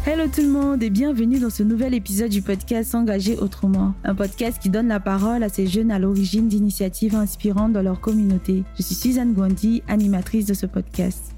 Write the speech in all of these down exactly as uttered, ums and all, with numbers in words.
Hello tout le monde et bienvenue dans ce nouvel épisode du podcast S'engager autrement. Un podcast qui donne la parole à ces jeunes à l'origine d'initiatives inspirantes dans leur communauté. Je suis Suzanne Gondi, animatrice de ce podcast.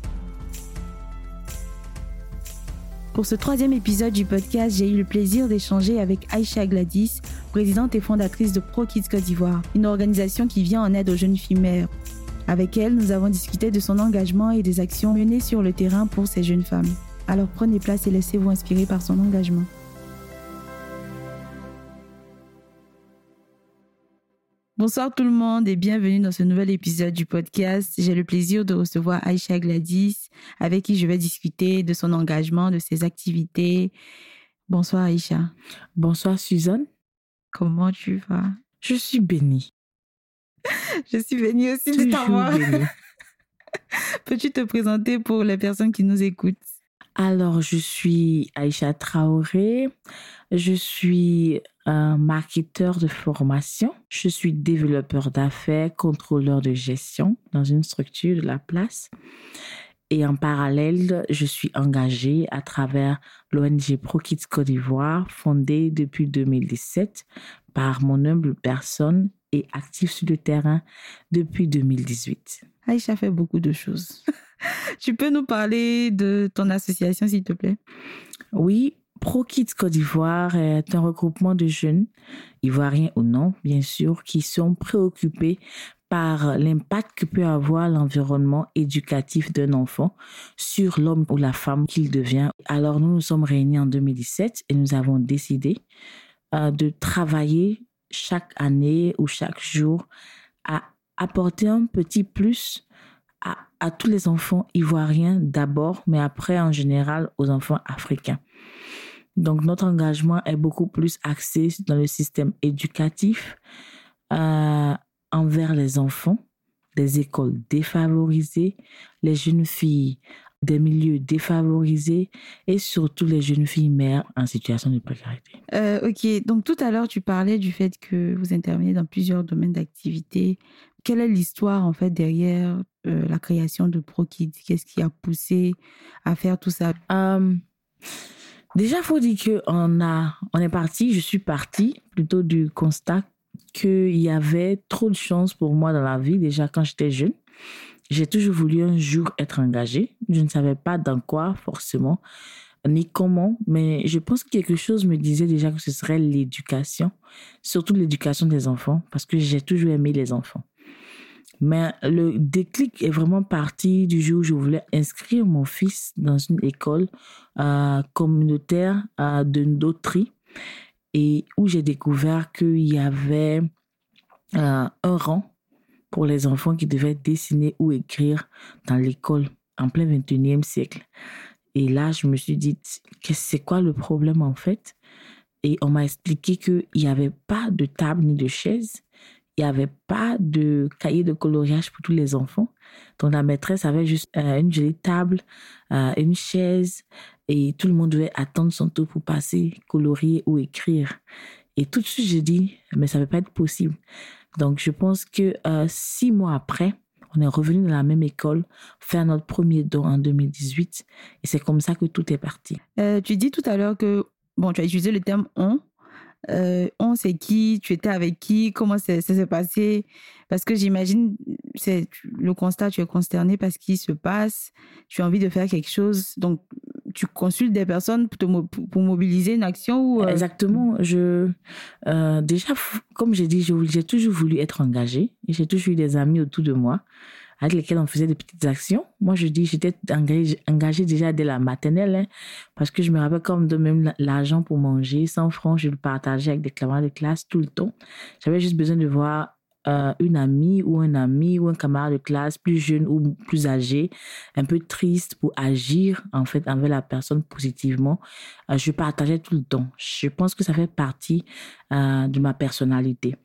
Pour ce troisième épisode du podcast, j'ai eu le plaisir d'échanger avec Aïcha Gladys, présidente et fondatrice de ProKids Côte d'Ivoire, une organisation qui vient en aide aux jeunes filles mères. Avec elle, nous avons discuté de son engagement et des actions menées sur le terrain pour ces jeunes femmes. Alors prenez place et laissez-vous inspirer par son engagement. Bonsoir tout le monde et bienvenue dans ce nouvel épisode du podcast. J'ai le plaisir de recevoir Aïcha Gladys, avec qui je vais discuter de son engagement, de ses activités. Bonsoir Aïcha. Bonsoir Suzanne. Comment tu vas? Je suis bénie. Je suis bénie aussi de t'avoir. Peux-tu te présenter pour les personnes qui nous écoutent? Alors, je suis Aïcha Traoré, je suis un marketeur de formation, je suis développeur d'affaires, contrôleur de gestion dans une structure de la place. Et en parallèle, je suis engagée à travers l'O N G ProKids Côte d'Ivoire, fondée depuis deux mille dix-sept par mon humble personne et active sur le terrain depuis deux mille dix-huit. Aïcha fait beaucoup de choses. Tu peux nous parler de ton association, s'il te plaît? Oui, ProKids Côte d'Ivoire est un regroupement de jeunes, ivoiriens ou non, bien sûr, qui sont préoccupés par l'impact que peut avoir l'environnement éducatif d'un enfant sur l'homme ou la femme qu'il devient. Alors, nous nous sommes réunis en deux mille dix-sept et nous avons décidé euh, de travailler chaque année ou chaque jour à apporter un petit plus à, à tous les enfants ivoiriens d'abord, mais après en général aux enfants africains. Donc notre engagement est beaucoup plus axé dans le système éducatif euh, envers les enfants, des écoles défavorisées, les jeunes filles des milieux défavorisés et surtout les jeunes filles mères en situation de précarité. Euh, ok, donc tout à l'heure, tu parlais du fait que vous intervenez dans plusieurs domaines d'activité. Quelle est l'histoire en fait derrière euh, la création de ProKids? Qu'est-ce qui a poussé à faire tout ça? euh, Déjà, il faut dire qu'on a, on est parti, je suis partie plutôt du constat qu'il y avait trop de chance pour moi dans la vie déjà quand j'étais jeune. J'ai toujours voulu un jour être engagée. Je ne savais pas dans quoi forcément, ni comment, mais je pense que quelque chose me disait déjà que ce serait l'éducation, surtout l'éducation des enfants, parce que j'ai toujours aimé les enfants. Mais le déclic est vraiment parti du jour où je voulais inscrire mon fils dans une école euh, communautaire euh, de Ndotri et où j'ai découvert qu'il y avait euh, un rang pour les enfants qui devaient dessiner ou écrire dans l'école en plein vingt et unième siècle. Et là, je me suis dit, c'est quoi le problème en fait? Et on m'a expliqué qu'il n'y avait pas de table ni de chaise. Il n'y avait pas de cahier de coloriage pour tous les enfants. Donc la maîtresse avait juste euh, une jolie table, euh, une chaise et tout le monde devait attendre son tour pour passer, colorier ou écrire. Et tout de suite, j'ai dit, mais ça ne peut pas être possible. Donc, je pense que euh, six mois après, on est revenu dans la même école, faire notre premier don en deux mille dix-huit. Et c'est comme ça que tout est parti. Euh, tu dis tout à l'heure que, bon, tu as utilisé le terme « on ». Euh, on, c'est qui? Tu étais avec qui? Comment ça, ça s'est passé? Parce que j'imagine, c'est le constat, tu es consterné par ce qui se passe. Tu as envie de faire quelque chose. Donc, tu consultes des personnes pour, te mo- pour mobiliser une action ou euh... Exactement. Je, euh, déjà, comme j'ai dit, je, j'ai toujours voulu être engagée. Et j'ai toujours eu des amis autour de moi avec lesquels on faisait des petites actions. Moi, je dis, j'étais engagée, engagée déjà dès la maternelle, hein, parce que je me rappelle comme de même l'argent pour manger, cent francs, je le partageais avec des camarades de classe tout le temps. J'avais juste besoin de voir euh, une amie ou un ami ou un camarade de classe plus jeune ou plus âgé, un peu triste pour agir en fait envers la personne positivement. Euh, je partageais tout le temps. Je pense que ça fait partie euh, de ma personnalité.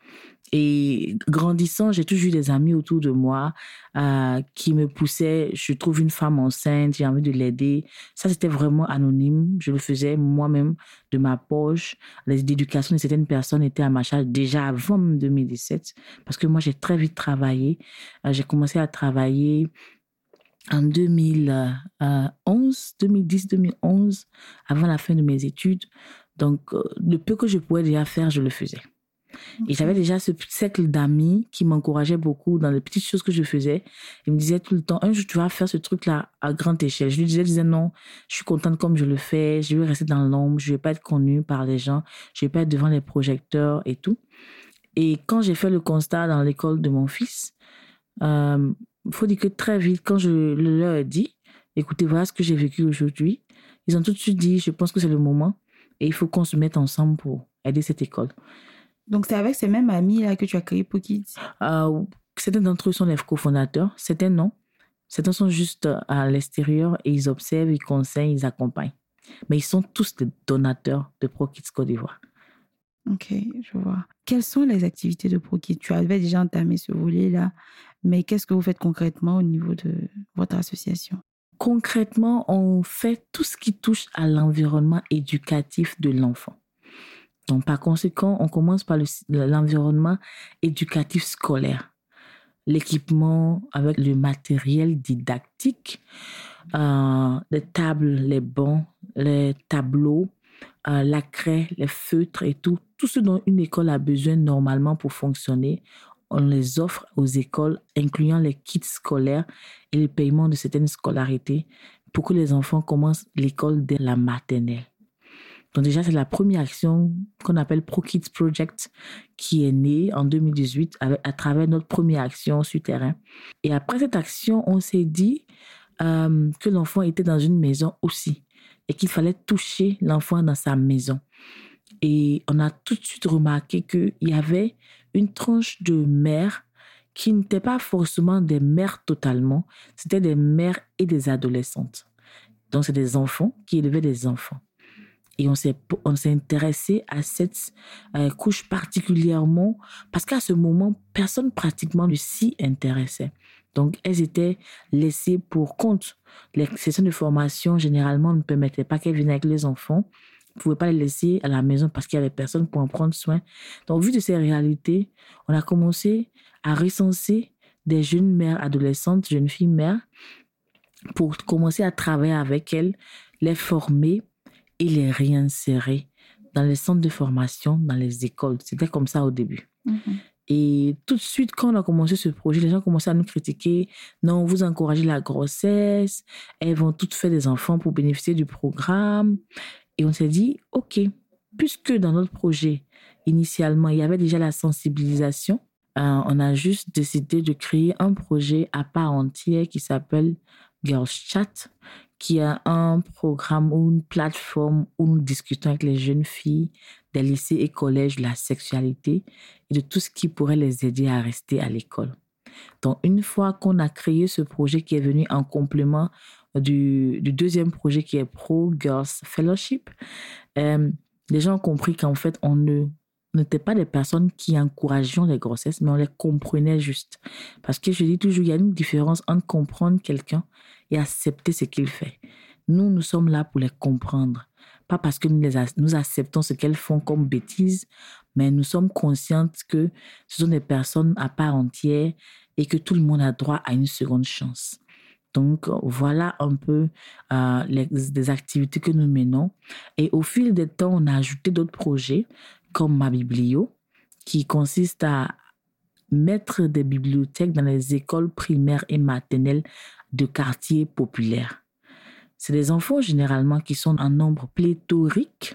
Et grandissant, j'ai toujours eu des amis autour de moi euh, qui me poussaient. Je trouve une femme enceinte, j'ai envie de l'aider. Ça, c'était vraiment anonyme. Je le faisais moi-même de ma poche. L'éducation de certaines personnes était à ma charge déjà avant même deux mille dix-sept. Parce que moi, j'ai très vite travaillé. Euh, j'ai commencé à travailler en deux mille onze, deux mille dix, deux mille onze, avant la fin de mes études. Donc, euh, le peu que je pouvais déjà faire, je le faisais. Okay. Et j'avais déjà ce cercle d'amis qui m'encourageaient beaucoup dans les petites choses que je faisais. Ils me disaient tout le temps, un jour, tu vas faire ce truc-là à grande échelle. Je lui disais, je disais non, je suis contente comme je le fais. Je vais rester dans l'ombre. Je ne vais pas être connue par les gens. Je ne vais pas être devant les projecteurs et tout. Et quand j'ai fait le constat dans l'école de mon fils, il euh, faut dire que très vite, quand je leur ai dit, écoutez, voilà ce que j'ai vécu aujourd'hui, ils ont tout de suite dit, je pense que c'est le moment et il faut qu'on se mette ensemble pour aider cette école. Donc, c'est avec ces mêmes amis-là que tu as créé ProKids? euh, Certains d'entre eux sont les cofondateurs, certains non. Certains sont juste à l'extérieur et ils observent, ils conseillent, ils accompagnent. Mais ils sont tous des donateurs de ProKids Côte d'Ivoire. Ok, je vois. Quelles sont les activités de ProKids? Tu avais déjà entamé ce volet-là, mais qu'est-ce que vous faites concrètement au niveau de votre association? Concrètement, on fait tout ce qui touche à l'environnement éducatif de l'enfant. Donc, par conséquent, on commence par le, l'environnement éducatif scolaire. L'équipement avec le matériel didactique, euh, les tables, les bancs, les tableaux, euh, la craie, les feutres et tout. Tout ce dont une école a besoin normalement pour fonctionner, on les offre aux écoles, incluant les kits scolaires et le paiement de certaines scolarités pour que les enfants commencent l'école dès la maternelle. Donc déjà, c'est la première action qu'on appelle ProKids Project qui est née en deux mille dix-huit avec, à travers notre première action sur terrain. Et après cette action, on s'est dit euh, que l'enfant était dans une maison aussi et qu'il fallait toucher l'enfant dans sa maison. Et on a tout de suite remarqué qu'il y avait une tranche de mères qui n'étaient pas forcément des mères totalement, c'était des mères et des adolescentes. Donc, c'est des enfants qui élevaient des enfants. Et on s'est, on s'est intéressé à cette euh, couche particulièrement parce qu'à ce moment, personne pratiquement ne s'y intéressait. Donc, elles étaient laissées pour compte. Les sessions de formation, généralement, ne permettaient pas qu'elles viennent avec les enfants. On ne pouvait pas les laisser à la maison parce qu'il n'y avait personne pour en prendre soin. Donc, vu de ces réalités, on a commencé à recenser des jeunes mères adolescentes, jeunes filles mères, pour commencer à travailler avec elles, les former et les réinsérer dans les centres de formation, dans les écoles. C'était comme ça au début. Mm-hmm. Et tout de suite, quand on a commencé ce projet, les gens commençaient à nous critiquer. Non, vous encouragez la grossesse. Elles vont toutes faire des enfants pour bénéficier du programme. Et on s'est dit, OK, puisque dans notre projet, initialement, il y avait déjà la sensibilisation, euh, on a juste décidé de créer un projet à part entière qui s'appelle Girls Chat, qui est un programme ou une plateforme où nous discutons avec les jeunes filles des lycées et collèges de la sexualité et de tout ce qui pourrait les aider à rester à l'école. Donc, une fois qu'on a créé ce projet qui est venu en complément du, du deuxième projet qui est Pro Girls Fellowship, euh, les gens ont compris qu'en fait, on ne on n'était pas des personnes qui encourageaient les grossesses, mais on les comprenait juste. Parce que je dis toujours, il y a une différence entre comprendre quelqu'un et accepter ce qu'il fait. Nous, nous sommes là pour les comprendre. Pas parce que nous, les, nous acceptons ce qu'elles font comme bêtises, mais nous sommes conscientes que ce sont des personnes à part entière et que tout le monde a droit à une seconde chance. Donc, voilà un peu euh, les, des activités que nous menons. Et au fil des temps, on a ajouté d'autres projets comme Ma Biblio, qui consiste à mettre des bibliothèques dans les écoles primaires et maternelles de quartiers populaires. C'est des enfants généralement qui sont en nombre pléthorique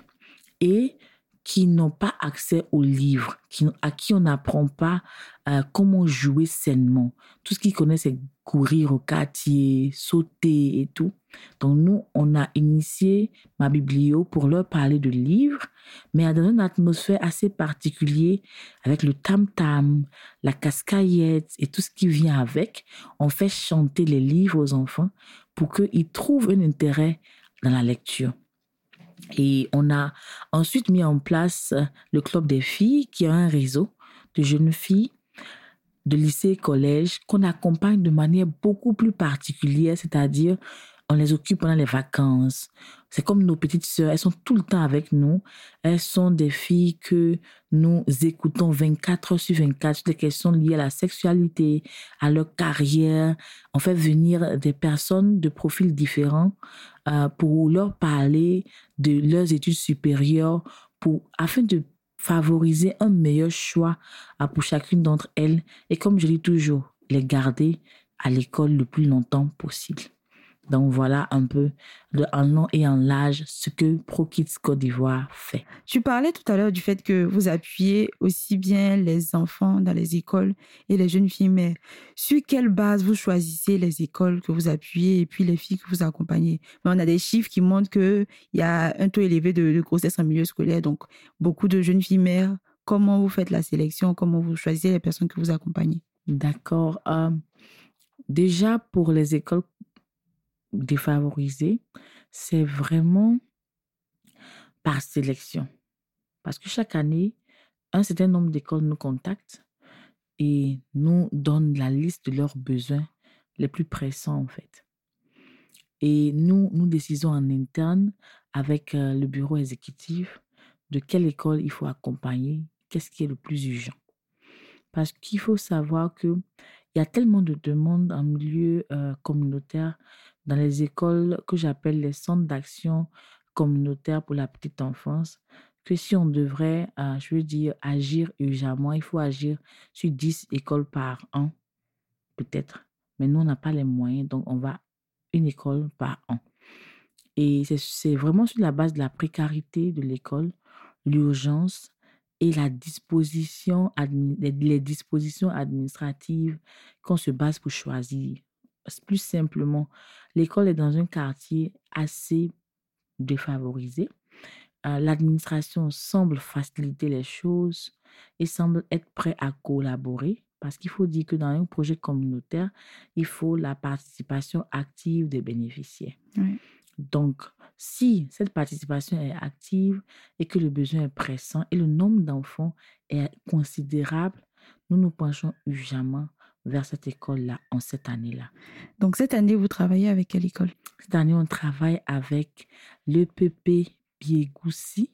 et qui n'ont pas accès aux livres, qui, à qui on n'apprend pas euh, comment jouer sainement. Tout ce qu'ils connaissent, c'est courir au quartier, sauter et tout. Donc nous, on a initié Ma Biblio pour leur parler de livres, mais dans une atmosphère assez particulière, avec le tam-tam, la cascaillette et tout ce qui vient avec. On fait chanter les livres aux enfants pour qu'ils trouvent un intérêt dans la lecture. Et on a ensuite mis en place le Club des filles, qui est un réseau de jeunes filles de lycée et collège qu'on accompagne de manière beaucoup plus particulière, c'est-à-dire on les occupe pendant les vacances. C'est comme nos petites sœurs, elles sont tout le temps avec nous. Elles sont des filles que nous écoutons vingt-quatre heures sur vingt-quatre sur des questions liées à la sexualité, à leur carrière. On fait venir des personnes de profils différents euh, pour leur parler de leurs études supérieures pour, afin de favoriser un meilleur choix euh, pour chacune d'entre elles. Et comme je dis toujours, les garder à l'école le plus longtemps possible. Donc voilà un peu de, en long et en large ce que ProKids Côte d'Ivoire fait. Tu parlais tout à l'heure du fait que vous appuyez aussi bien les enfants dans les écoles et les jeunes filles mères. Sur quelle base vous choisissez les écoles que vous appuyez et puis les filles que vous accompagnez? Mais on a des chiffres qui montrent qu'il y a un taux élevé de, de grossesse en milieu scolaire, donc beaucoup de jeunes filles mères. Comment vous faites la sélection? Comment vous choisissez les personnes que vous accompagnez? D'accord. Euh, déjà, pour les écoles défavorisées, c'est vraiment par sélection. Parce que chaque année, un certain nombre d'écoles nous contactent et nous donnent la liste de leurs besoins les plus pressants, en fait. Et nous, nous décidons en interne avec euh, le bureau exécutif de quelle école il faut accompagner, qu'est-ce qui est le plus urgent. Parce qu'il faut savoir qu'il y a tellement de demandes en milieu euh, communautaire dans les écoles que j'appelle les centres d'action communautaire pour la petite enfance, que si on devrait, euh, je veux dire, agir urgemment, il faut agir sur dix écoles par an, peut-être. Mais nous, on n'a pas les moyens, donc on va une école par an. Et c'est, c'est vraiment sur la base de la précarité de l'école, l'urgence et la disposition, admi- les, les dispositions administratives qu'on se base pour choisir. Plus simplement, l'école est dans un quartier assez défavorisé. Euh, l'administration semble faciliter les choses et semble être prêt à collaborer parce qu'il faut dire que dans un projet communautaire, il faut la participation active des bénéficiaires. Oui. Donc, si cette participation est active et que le besoin est pressant et le nombre d'enfants est considérable, nous nous penchons urgemment vers cette école-là en cette année-là. Donc, cette année, vous travaillez avec quelle école? Cette année, on travaille avec l'E P P Biégoussi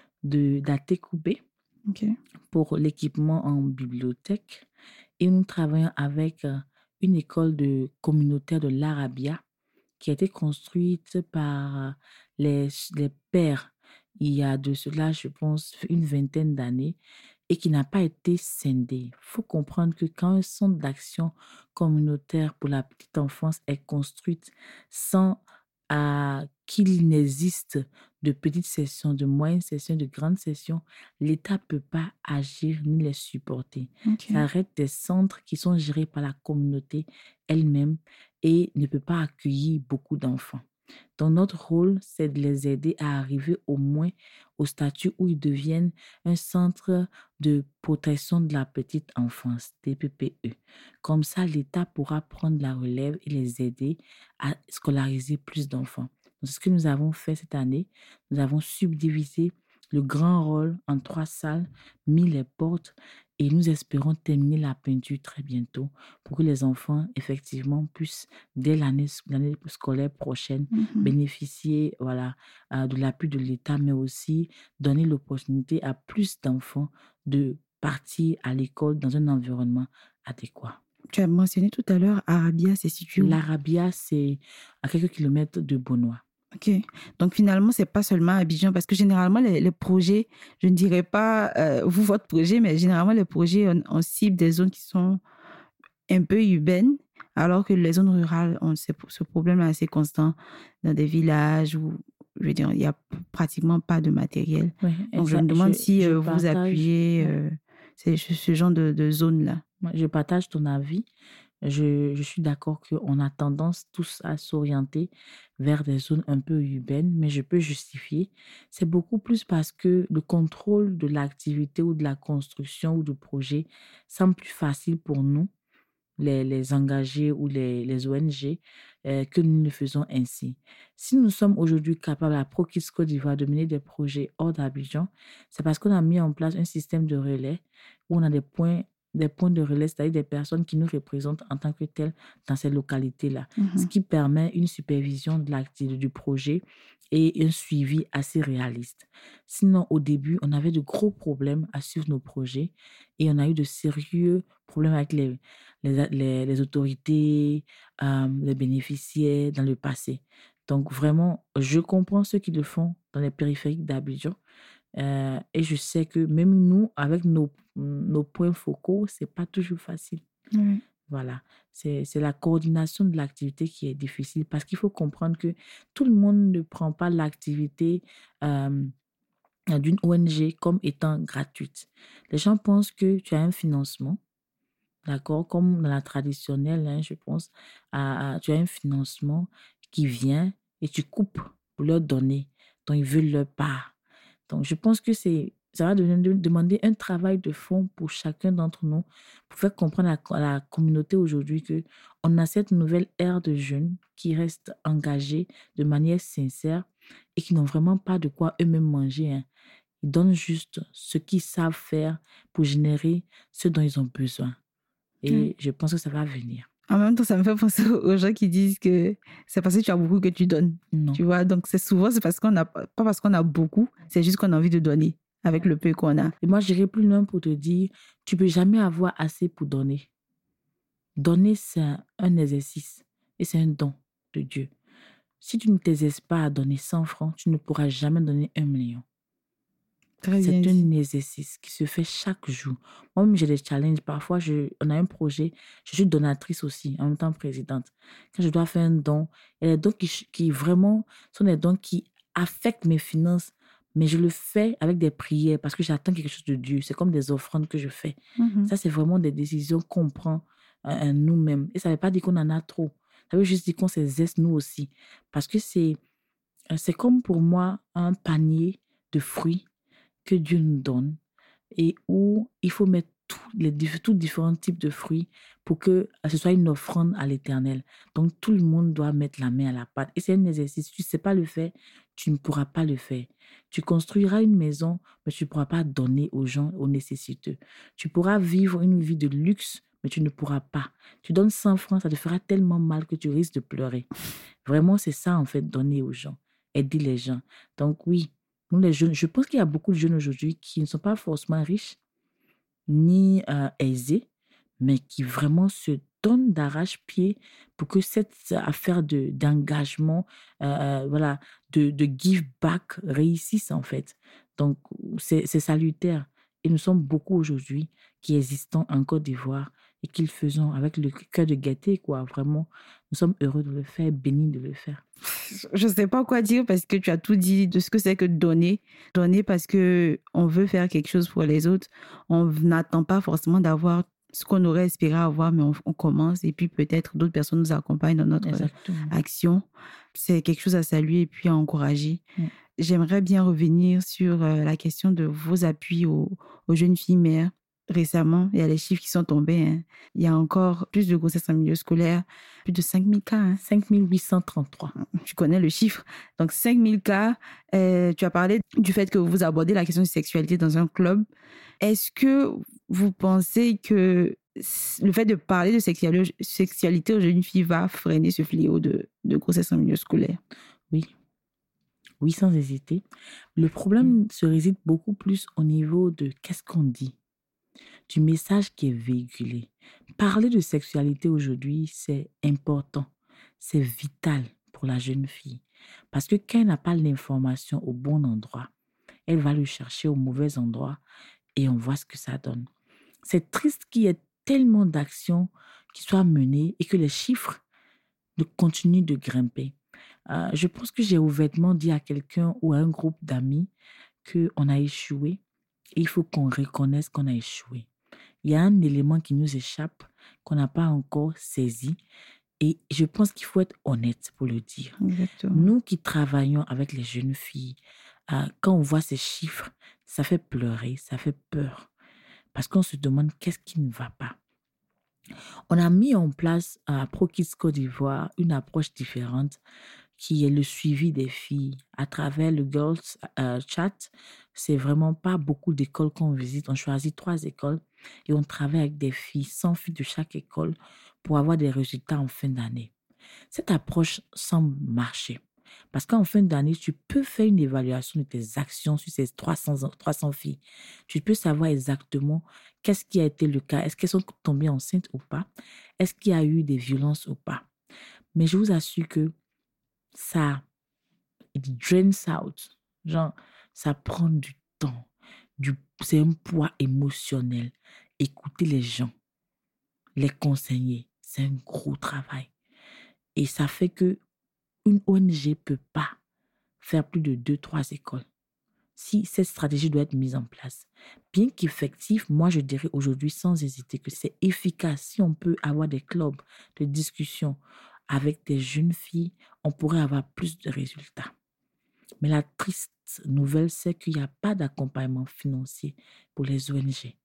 de d'Atekoubé Okay. pour l'équipement en bibliothèque. Et nous travaillons avec euh, une école de communautaire de l'Arabia qui a été construite par les, les pères il y a de cela, je pense, une vingtaine d'années et qui n'a pas été scindée. Il faut comprendre que quand un centre d'action communautaire pour la petite enfance est construite sans euh, qu'il n'existe de petites sessions, de moyennes sessions, de grandes sessions, l'État ne peut pas agir ni les supporter. Okay. Ça reste des centres qui sont gérés par la communauté elle-même et ne peut pas accueillir beaucoup d'enfants. Donc, notre rôle, c'est de les aider à arriver au moins au statut où ils deviennent un centre de protection de la petite enfance, T P P E. Comme ça, l'État pourra prendre la relève et les aider à scolariser plus d'enfants. Donc, c'est ce que nous avons fait cette année. Nous avons subdivisé le grand rôle en trois salles, mis les portes et nous espérons terminer la peinture très bientôt pour que les enfants, effectivement, puissent, dès l'année, l'année scolaire prochaine, Mm-hmm. bénéficier voilà, euh, de l'appui de l'État, mais aussi donner l'opportunité à plus d'enfants de partir à l'école dans un environnement adéquat. Tu as mentionné tout à l'heure, Arabia, c'est situé où? L'Arabia, c'est à quelques kilomètres de Bonois. Ok. Donc finalement, c'est pas seulement Abidjan, parce que généralement, les, les projets, je ne dirais pas euh, vous, votre projet, mais généralement, les projets, on, on cible des zones qui sont un peu urbaines, alors que les zones rurales ont ce, ce problème assez constant dans des villages où, je veux dire, il n'y a pratiquement pas de matériel. Oui, Donc je ça, me demande je, si je euh, partage, vous appuyez ouais. euh, ce, ce genre de, de zone-là. Je partage ton avis. Je, je suis d'accord qu'on a tendance tous à s'orienter vers des zones un peu urbaines, mais je peux justifier. C'est beaucoup plus parce que le contrôle de l'activité ou de la construction ou du projet semble plus facile pour nous, les, les engagés ou les, les O N G, euh, que nous le faisons ainsi. Si nous sommes aujourd'hui capables à ProKids Côte d'Ivoire de mener des projets hors d'Abidjan, c'est parce qu'on a mis en place un système de relais où on a des points des points de relais, c'est-à-dire des personnes qui nous représentent en tant que telles dans ces localités-là, Mhm. ce qui permet une supervision de l'activité du projet et un suivi assez réaliste. Sinon, au début, on avait de gros problèmes à suivre nos projets et on a eu de sérieux problèmes avec les, les, les, les autorités, euh, les bénéficiaires dans le passé. Donc, vraiment, je comprends ceux qui le font dans les périphériques d'Abidjan. Euh, et je sais que même nous, avec nos, nos points focaux, c'est pas toujours facile. Oui. Voilà, c'est, c'est la coordination de l'activité qui est difficile parce qu'il faut comprendre que tout le monde ne prend pas l'activité euh, d'une O N G comme étant gratuite. Les gens pensent que tu as un financement, d'accord, comme dans la traditionnelle, hein, je pense, à- à- tu as un financement qui vient et tu coupes pour leur donner. Donc, ils veulent leur part. Donc, je pense que c'est, ça va devenir- de- demander un travail de fond pour chacun d'entre nous pour faire comprendre à, la à la communauté aujourd'hui que on a cette nouvelle ère de jeunes qui restent engagés de manière sincère et qui n'ont vraiment pas de quoi eux-mêmes manger, hein. Ils donnent juste ce qu'ils savent faire pour générer ce dont ils ont besoin. Oui. Et je pense que ça va venir. En même temps, ça me fait penser aux gens qui disent que c'est parce que tu as beaucoup que tu donnes. Non. Tu vois, donc c'est souvent, c'est parce qu'on a, pas parce qu'on a beaucoup, c'est juste qu'on a envie de donner avec le peu qu'on a. Et moi, j'irai plus loin pour te dire, tu peux jamais avoir assez pour donner. Donner, c'est un, un exercice et c'est un don de Dieu. Si tu ne t'exerces pas à donner cent francs, tu ne pourras jamais donner un million. Très bien C'est dit. un exercice qui se fait chaque jour. Moi-même, j'ai des challenges. Parfois, je, on a un projet. Je suis donatrice aussi, en même temps présidente. Quand je dois faire un don, il y a des dons qui, ch- qui vraiment sont des dons qui affectent mes finances. Mais je le fais avec des prières parce que j'attends quelque chose de Dieu. C'est comme des offrandes que je fais. Mhm. Ça, c'est vraiment des décisions qu'on prend euh, euh, nous-mêmes. Et ça ne veut pas dire qu'on en a trop. Ça veut juste dire qu'on s'exerce nous aussi. Parce que c'est, euh, c'est comme pour moi un panier de fruits que Dieu nous donne et où il faut mettre tous les diff- tous différents types de fruits pour que euh, ce soit une offrande à l'Éternel. Donc, tout le monde doit mettre la main à la pâte. Et c'est un exercice. Si tu ne sais pas le faire, tu ne pourras pas le faire. Tu construiras une maison, mais tu ne pourras pas donner aux gens, aux nécessiteux. Tu pourras vivre une vie de luxe, mais tu ne pourras pas. Tu donnes cent francs, ça te fera tellement mal que tu risques de pleurer. Vraiment, c'est ça, en fait, donner aux gens, aider les gens. Donc, oui, nous, les jeunes, je pense qu'il y a beaucoup de jeunes aujourd'hui qui ne sont pas forcément riches ni euh, aisés, mais qui vraiment se donnent d'arrache-pied pour que cette affaire de, d'engagement, euh, euh, voilà, de, de give back réussisse, en fait. Donc, c'est, c'est salutaire. Et nous sommes beaucoup aujourd'hui qui existons en Côte d'Ivoire et qui le faisons avec le cœur de gaieté, quoi. Vraiment, nous sommes heureux de le faire, bénis de le faire. Je sais pas quoi dire parce que tu as tout dit de ce que c'est que donner. Donner parce que on veut faire quelque chose pour les autres. On n'attend pas forcément d'avoir ce qu'on aurait espéré avoir, mais on, on commence et puis peut-être d'autres personnes nous accompagnent dans notre Exactement. action. C'est quelque chose à saluer et puis à encourager. Mm. J'aimerais bien revenir sur euh, la question de vos appuis aux, aux jeunes filles mères. Récemment, il y a les chiffres qui sont tombés, hein. Il y a encore plus de grossesses en milieu scolaire, plus de cinq mille cas. Hein. cinq mille huit cent trente-trois. Tu connais le chiffre. Donc, cinq mille cas. Euh, tu as parlé du fait que vous abordez la question de sexualité dans un club. Est-ce que vous pensez que le fait de parler de sexualité aux jeunes filles va freiner ce fléau de, de grossesse en milieu scolaire? Oui. Oui, sans hésiter. Le problème se réside beaucoup plus au niveau de qu'est-ce qu'on dit, du message qui est véhiculé. Parler de sexualité aujourd'hui, c'est important, c'est vital pour la jeune fille. Parce que quand elle n'a pas l'information au bon endroit, elle va le chercher au mauvais endroit et on voit ce que ça donne. C'est triste qu'il y ait tellement d'actions qui soient menées et que les chiffres ne continuent de grimper. Euh, je pense que j'ai ouvertement dit à quelqu'un ou à un groupe d'amis qu'on a échoué et il faut qu'on reconnaisse qu'on a échoué. Il y a un élément qui nous échappe, qu'on n'a pas encore saisi et je pense qu'il faut être honnête pour le dire. Exactement. Nous qui travaillons avec les jeunes filles, euh, quand on voit ces chiffres, ça fait pleurer, ça fait peur parce qu'on se demande qu'est-ce qui ne va pas. On a mis en place à ProKids Côte d'Ivoire une approche différente qui est le suivi des filles à travers le Girls euh, Chat. C'est vraiment pas beaucoup d'écoles qu'on visite. On choisit trois écoles et on travaille avec des filles, cent filles de chaque école pour avoir des résultats en fin d'année. Cette approche semble marcher parce qu'en fin d'année, tu peux faire une évaluation de tes actions sur ces trois cents, trois cents filles. Tu peux savoir exactement qu'est-ce qui a été le cas. Est-ce qu'elles sont tombées enceintes ou pas? Est-ce qu'il y a eu des violences ou pas? Mais je vous assure que ça, it drains out. Genre, ça prend du temps. Du, c'est un poids émotionnel. Écouter les gens, les conseiller, c'est un gros travail. Et ça fait que une O N G ne peut pas faire plus de deux, trois écoles si cette stratégie doit être mise en place. Bien qu'effectif, moi je dirais aujourd'hui sans hésiter que c'est efficace. Si on peut avoir des clubs de discussion avec des jeunes filles, on pourrait avoir plus de résultats. Mais la triste nouvelle, c'est qu'il n'y a pas d'accompagnement financier pour les O N G.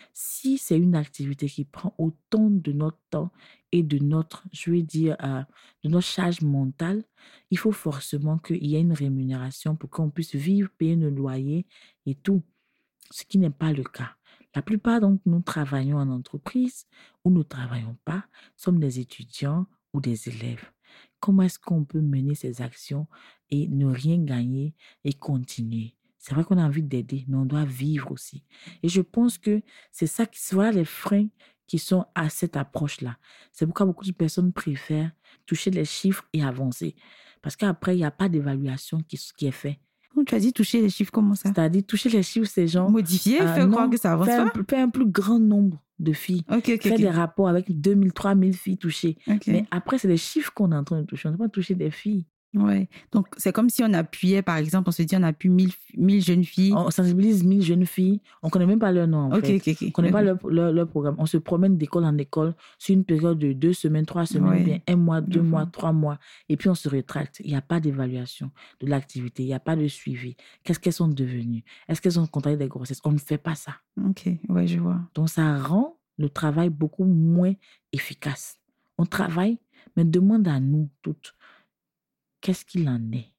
Si c'est une activité qui prend autant de notre temps et de notre, je vais dire, euh, de notre charge mentale, il faut forcément qu'il y ait une rémunération pour qu'on puisse vivre, payer nos loyers et tout, ce qui n'est pas le cas. La plupart d'entre nous travaillons en entreprise ou nous ne travaillons pas, sommes des étudiants ou des élèves. Comment est-ce qu'on peut mener ces actions et ne rien gagner et continuer? C'est vrai qu'on a envie d'aider, mais on doit vivre aussi. Et je pense que c'est ça qui sera les freins qui sont à cette approche-là. C'est pourquoi beaucoup de personnes préfèrent toucher les chiffres et avancer. Parce qu'après, il n'y a pas d'évaluation qui, qui est faite. Tu as dit toucher les chiffres, comment ça? C'est-à-dire, toucher les chiffres, c'est genre... Modifier, euh, faire non, croire que ça avance faire pas? un, faire un plus grand nombre de filles. Okay, okay, faire okay. des rapports avec deux mille, trois mille filles touchées. Okay. Mais après, c'est les chiffres qu'on est en train de toucher. On ne peut pas toucher des filles. Ouais. Donc, c'est comme si on appuyait, par exemple, on se dit on appuie mille, mille jeunes filles. On sensibilise mille jeunes filles. On ne connaît même pas leur nom, en okay, fait. Okay, okay. On ne connaît okay. pas leur, leur, leur programme. On se promène d'école en école sur une période de deux semaines, trois semaines, ouais. bien un mois, deux Je mois, vois. trois mois. Et puis, on se rétracte. Il n'y a pas d'évaluation de l'activité. Il n'y a pas de suivi. Qu'est-ce qu'elles sont devenues? Est-ce qu'elles ont contracté des grossesses? On ne fait pas ça. Ok, ouais, je vois. Donc, ça rend le travail beaucoup moins efficace. On travaille, mais demande à nous toutes, qu'est-ce qu'il en est?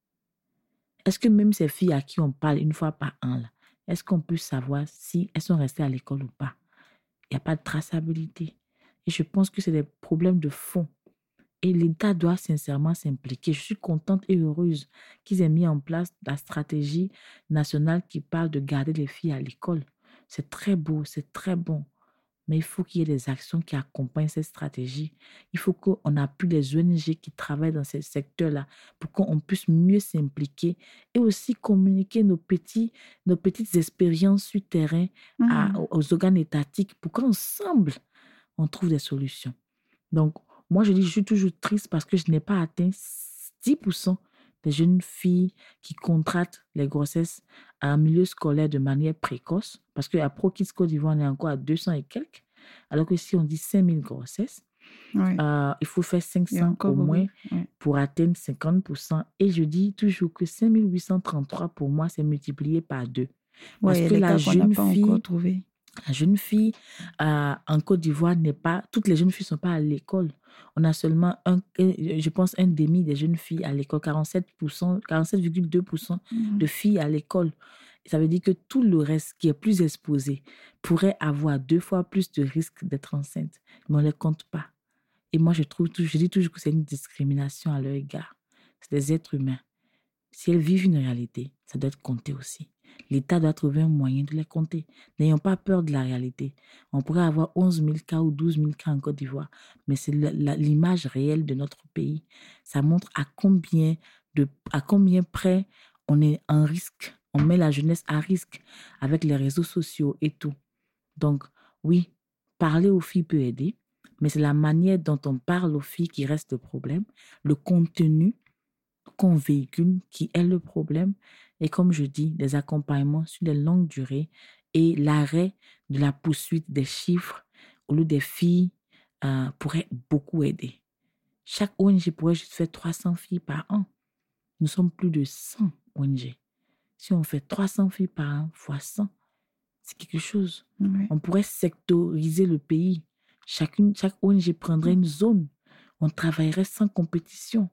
Est-ce que même ces filles à qui on parle une fois par an, là, est-ce qu'on peut savoir si elles sont restées à l'école ou pas? Il n'y a pas de traçabilité. Et je pense que c'est des problèmes de fond. Et l'État doit sincèrement s'impliquer. Je suis contente et heureuse qu'ils aient mis en place la stratégie nationale qui parle de garder les filles à l'école. C'est très beau, c'est très bon. Mais il faut qu'il y ait des actions qui accompagnent cette stratégie. Il faut qu'on appuie les O N G qui travaillent dans ces secteurs-là pour qu'on puisse mieux s'impliquer et aussi communiquer nos, petits, nos petites expériences sur terrain mmh. à, aux organes étatiques pour qu'ensemble, on trouve des solutions. Donc, moi, je dis, je suis toujours triste parce que je n'ai pas atteint dix pour cent des jeunes filles qui contractent les grossesses en milieu scolaire de manière précoce. Parce qu'à ProKids Côte d'Ivoire, on est encore à deux cents et quelques. Alors que si on dit cinq mille grossesses, ouais. euh, il faut faire cinq cents au moins ouais. pour atteindre cinquante pour cent. Et je dis toujours que cinq mille huit cent trente-trois, pour moi, c'est multiplié par deux. Parce ouais, que la jeune fille... trouvé. La jeune fille euh, en Côte d'Ivoire n'est pas... Toutes les jeunes filles ne sont pas à l'école. On a seulement, un, je pense, un demi des jeunes filles à l'école, quarante-sept pour cent, quarante-sept virgule deux pour cent mmh. de filles à l'école. Ça veut dire que tout le reste qui est plus exposé pourrait avoir deux fois plus de risques d'être enceinte. Mais on ne les compte pas. Et moi, je, trouve, je dis toujours que c'est une discrimination à leur égard. C'est des êtres humains. Si elles vivent une réalité, ça doit être compté aussi. L'État doit trouver un moyen de les compter. N'ayons pas peur de la réalité. On pourrait avoir onze mille cas ou douze mille cas en Côte d'Ivoire, mais c'est la, la, l'image réelle de notre pays. Ça montre à combien, de, à combien près on est en risque. On met la jeunesse à risque avec les réseaux sociaux et tout. Donc, oui, parler aux filles peut aider, mais c'est la manière dont on parle aux filles qui reste le problème. Le contenu qu'on véhicule qui est le problème. Et comme je dis, des accompagnements sur des longues durées et l'arrêt de la poursuite des chiffres au lieu des filles euh, pourrait beaucoup aider. Chaque O N G pourrait juste faire trois cents filles par an. Nous sommes plus de cent O N G. Si on fait trois cents filles par an fois cent, c'est quelque chose. Oui. On pourrait sectoriser le pays. Chacune, chaque O N G prendrait une zone. On travaillerait sans compétition.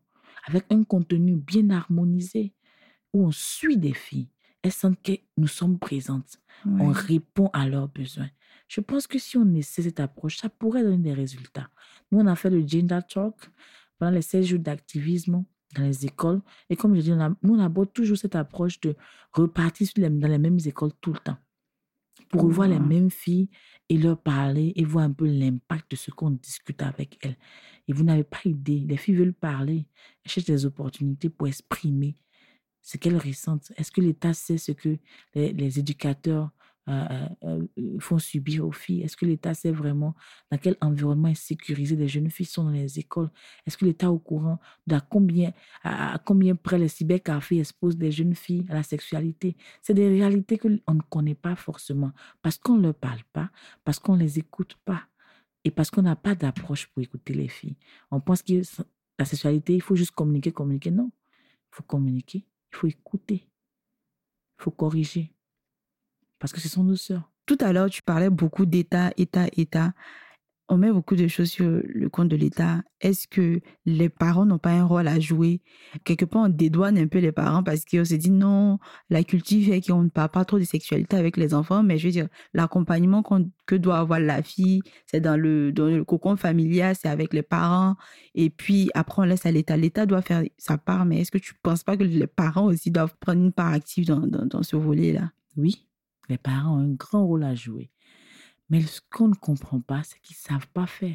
avec un contenu bien harmonisé, où on suit des filles. Elles sentent que nous sommes présentes. Oui. On répond à leurs besoins. Je pense que si on essaie cette approche, ça pourrait donner des résultats. Nous, on a fait le Gender Talk pendant les seize jours d'activisme dans les écoles. Et comme je dis, on a, nous, on aborde toujours cette approche de repartir dans les mêmes écoles tout le temps pour revoir mmh. les mêmes filles et leur parler et voir un peu l'impact de ce qu'on discute avec elles. Et vous n'avez pas idée. Les filles veulent parler. Elles cherchent des opportunités pour exprimer ce qu'elles ressentent. Est-ce que l'État sait ce que les, les éducateurs euh, euh, font subir aux filles? Est-ce que l'État sait vraiment dans quel environnement insécurisé les jeunes filles sont dans les écoles? Est-ce que l'État est au courant de combien, à, à combien près les cybercafés exposent les jeunes filles à la sexualité? C'est des réalités qu'on ne connaît pas forcément parce qu'on ne leur parle pas, parce qu'on ne les écoute pas et parce qu'on n'a pas d'approche pour écouter les filles. On pense que la sexualité, il faut juste communiquer, communiquer. Non, il faut communiquer. Il faut écouter, il faut corriger, parce que ce sont nos sœurs. Tout à l'heure, tu parlais beaucoup d'État, État, État. On met beaucoup de choses sur le compte de l'État. Est-ce que les parents n'ont pas un rôle à jouer? Quelque part, on dédouane un peu les parents parce qu'on se dit non, la culture fait qu'on ne parle pas trop de sexualité avec les enfants, mais je veux dire, l'accompagnement qu'on, que doit avoir la fille, c'est dans le, dans le cocon familial, c'est avec les parents. Et puis, après, on laisse à l'État. L'État doit faire sa part, mais est-ce que tu ne penses pas que les parents aussi doivent prendre une part active dans, dans, dans ce volet-là? Oui, les parents ont un grand rôle à jouer. Mais ce qu'on ne comprend pas, c'est qu'ils ne savent pas faire.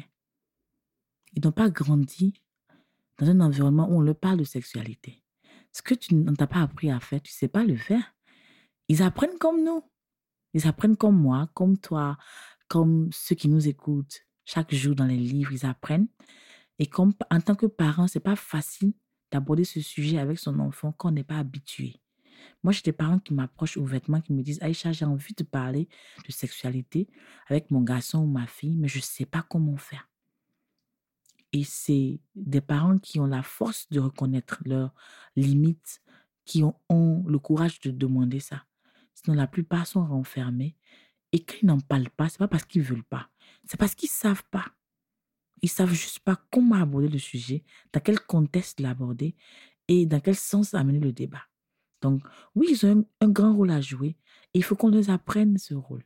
Ils n'ont pas grandi dans un environnement où on leur parle de sexualité. Ce que tu ne t'as pas appris à faire, tu ne sais pas le faire. Ils apprennent comme nous. Ils apprennent comme moi, comme toi, comme ceux qui nous écoutent. Chaque jour dans les livres, ils apprennent. Et comme en tant que parent, ce n'est pas facile d'aborder ce sujet avec son enfant quand on n'est pas habitué. Moi, j'ai des parents qui m'approchent ouvertement, qui me disent « Aïcha, j'ai envie de parler de sexualité avec mon garçon ou ma fille, mais je ne sais pas comment faire. » Et c'est des parents qui ont la force de reconnaître leurs limites, qui ont, ont le courage de demander ça. Sinon, la plupart sont renfermés. Et quand ils n'en parlent pas, ce n'est pas parce qu'ils ne veulent pas. C'est parce qu'ils ne savent pas. Ils ne savent juste pas comment aborder le sujet, dans quel contexte l'aborder et dans quel sens amener le débat. Donc, oui, ils ont un, un grand rôle à jouer et il faut qu'on les apprenne ce rôle.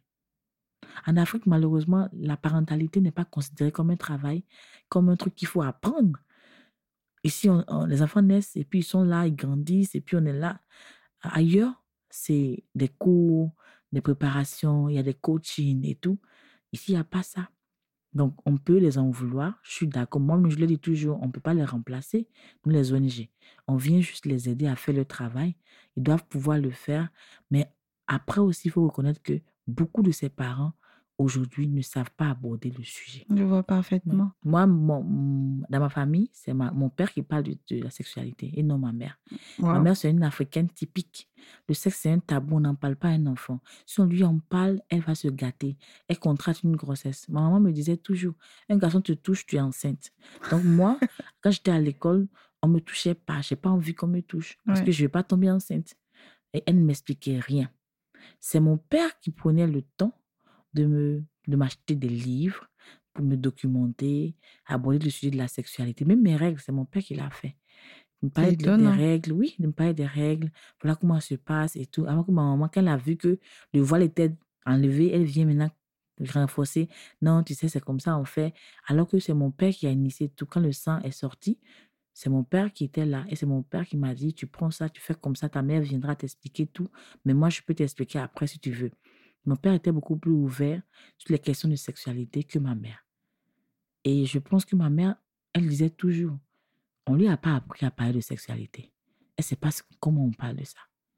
En Afrique, malheureusement, la parentalité n'est pas considérée comme un travail, comme un truc qu'il faut apprendre. Ici, on, on, les enfants naissent et puis ils sont là, ils grandissent et puis on est là. Ailleurs, c'est des cours, des préparations, il y a des coachings et tout. Ici, il n'y a pas ça. Donc, on peut les en vouloir. Je suis d'accord. Moi, je le dis toujours, on ne peut pas les remplacer, nous, les O N G. On vient juste les aider à faire le travail. Ils doivent pouvoir le faire. Mais après aussi, il faut reconnaître que beaucoup de ces parents, aujourd'hui, ne savent pas aborder le sujet. Je vois parfaitement. Moi, mon, dans ma famille, c'est ma, mon père qui parle de, de la sexualité et non ma mère. Wow. Ma mère, c'est une Africaine typique. Le sexe, c'est un tabou, on n'en parle pas à un enfant. Si on lui en parle, elle va se gâter. Elle contracte une grossesse. Ma maman me disait toujours, un garçon te touche, tu es enceinte. Donc moi, quand j'étais à l'école, on ne me touchait pas. Je n'ai pas envie qu'on me touche parce ouais. que je ne vais pas tomber enceinte. Et elle ne m'expliquait rien. C'est mon père qui prenait le temps de, me, de m'acheter des livres pour me documenter, aborder le sujet de la sexualité. Même mes règles, c'est mon père qui l'a fait. Il me parlait de, des règles, oui, il me parlait des règles, voilà comment ça se passe et tout. Avant que ma maman, quand elle a vu que le voile était enlevé, elle vient maintenant renforcer. Non, tu sais, c'est comme ça, on fait. Alors que c'est mon père qui a initié tout. Quand le sang est sorti, c'est mon père qui était là et c'est mon père qui m'a dit, tu prends ça, tu fais comme ça, ta mère viendra t'expliquer tout, mais moi, je peux t'expliquer après si tu veux. Mon père était beaucoup plus ouvert sur les questions de sexualité que ma mère. Et je pense que ma mère, elle disait toujours, on ne lui a pas appris à parler de sexualité. Elle ne sait pas comment on parle de ça.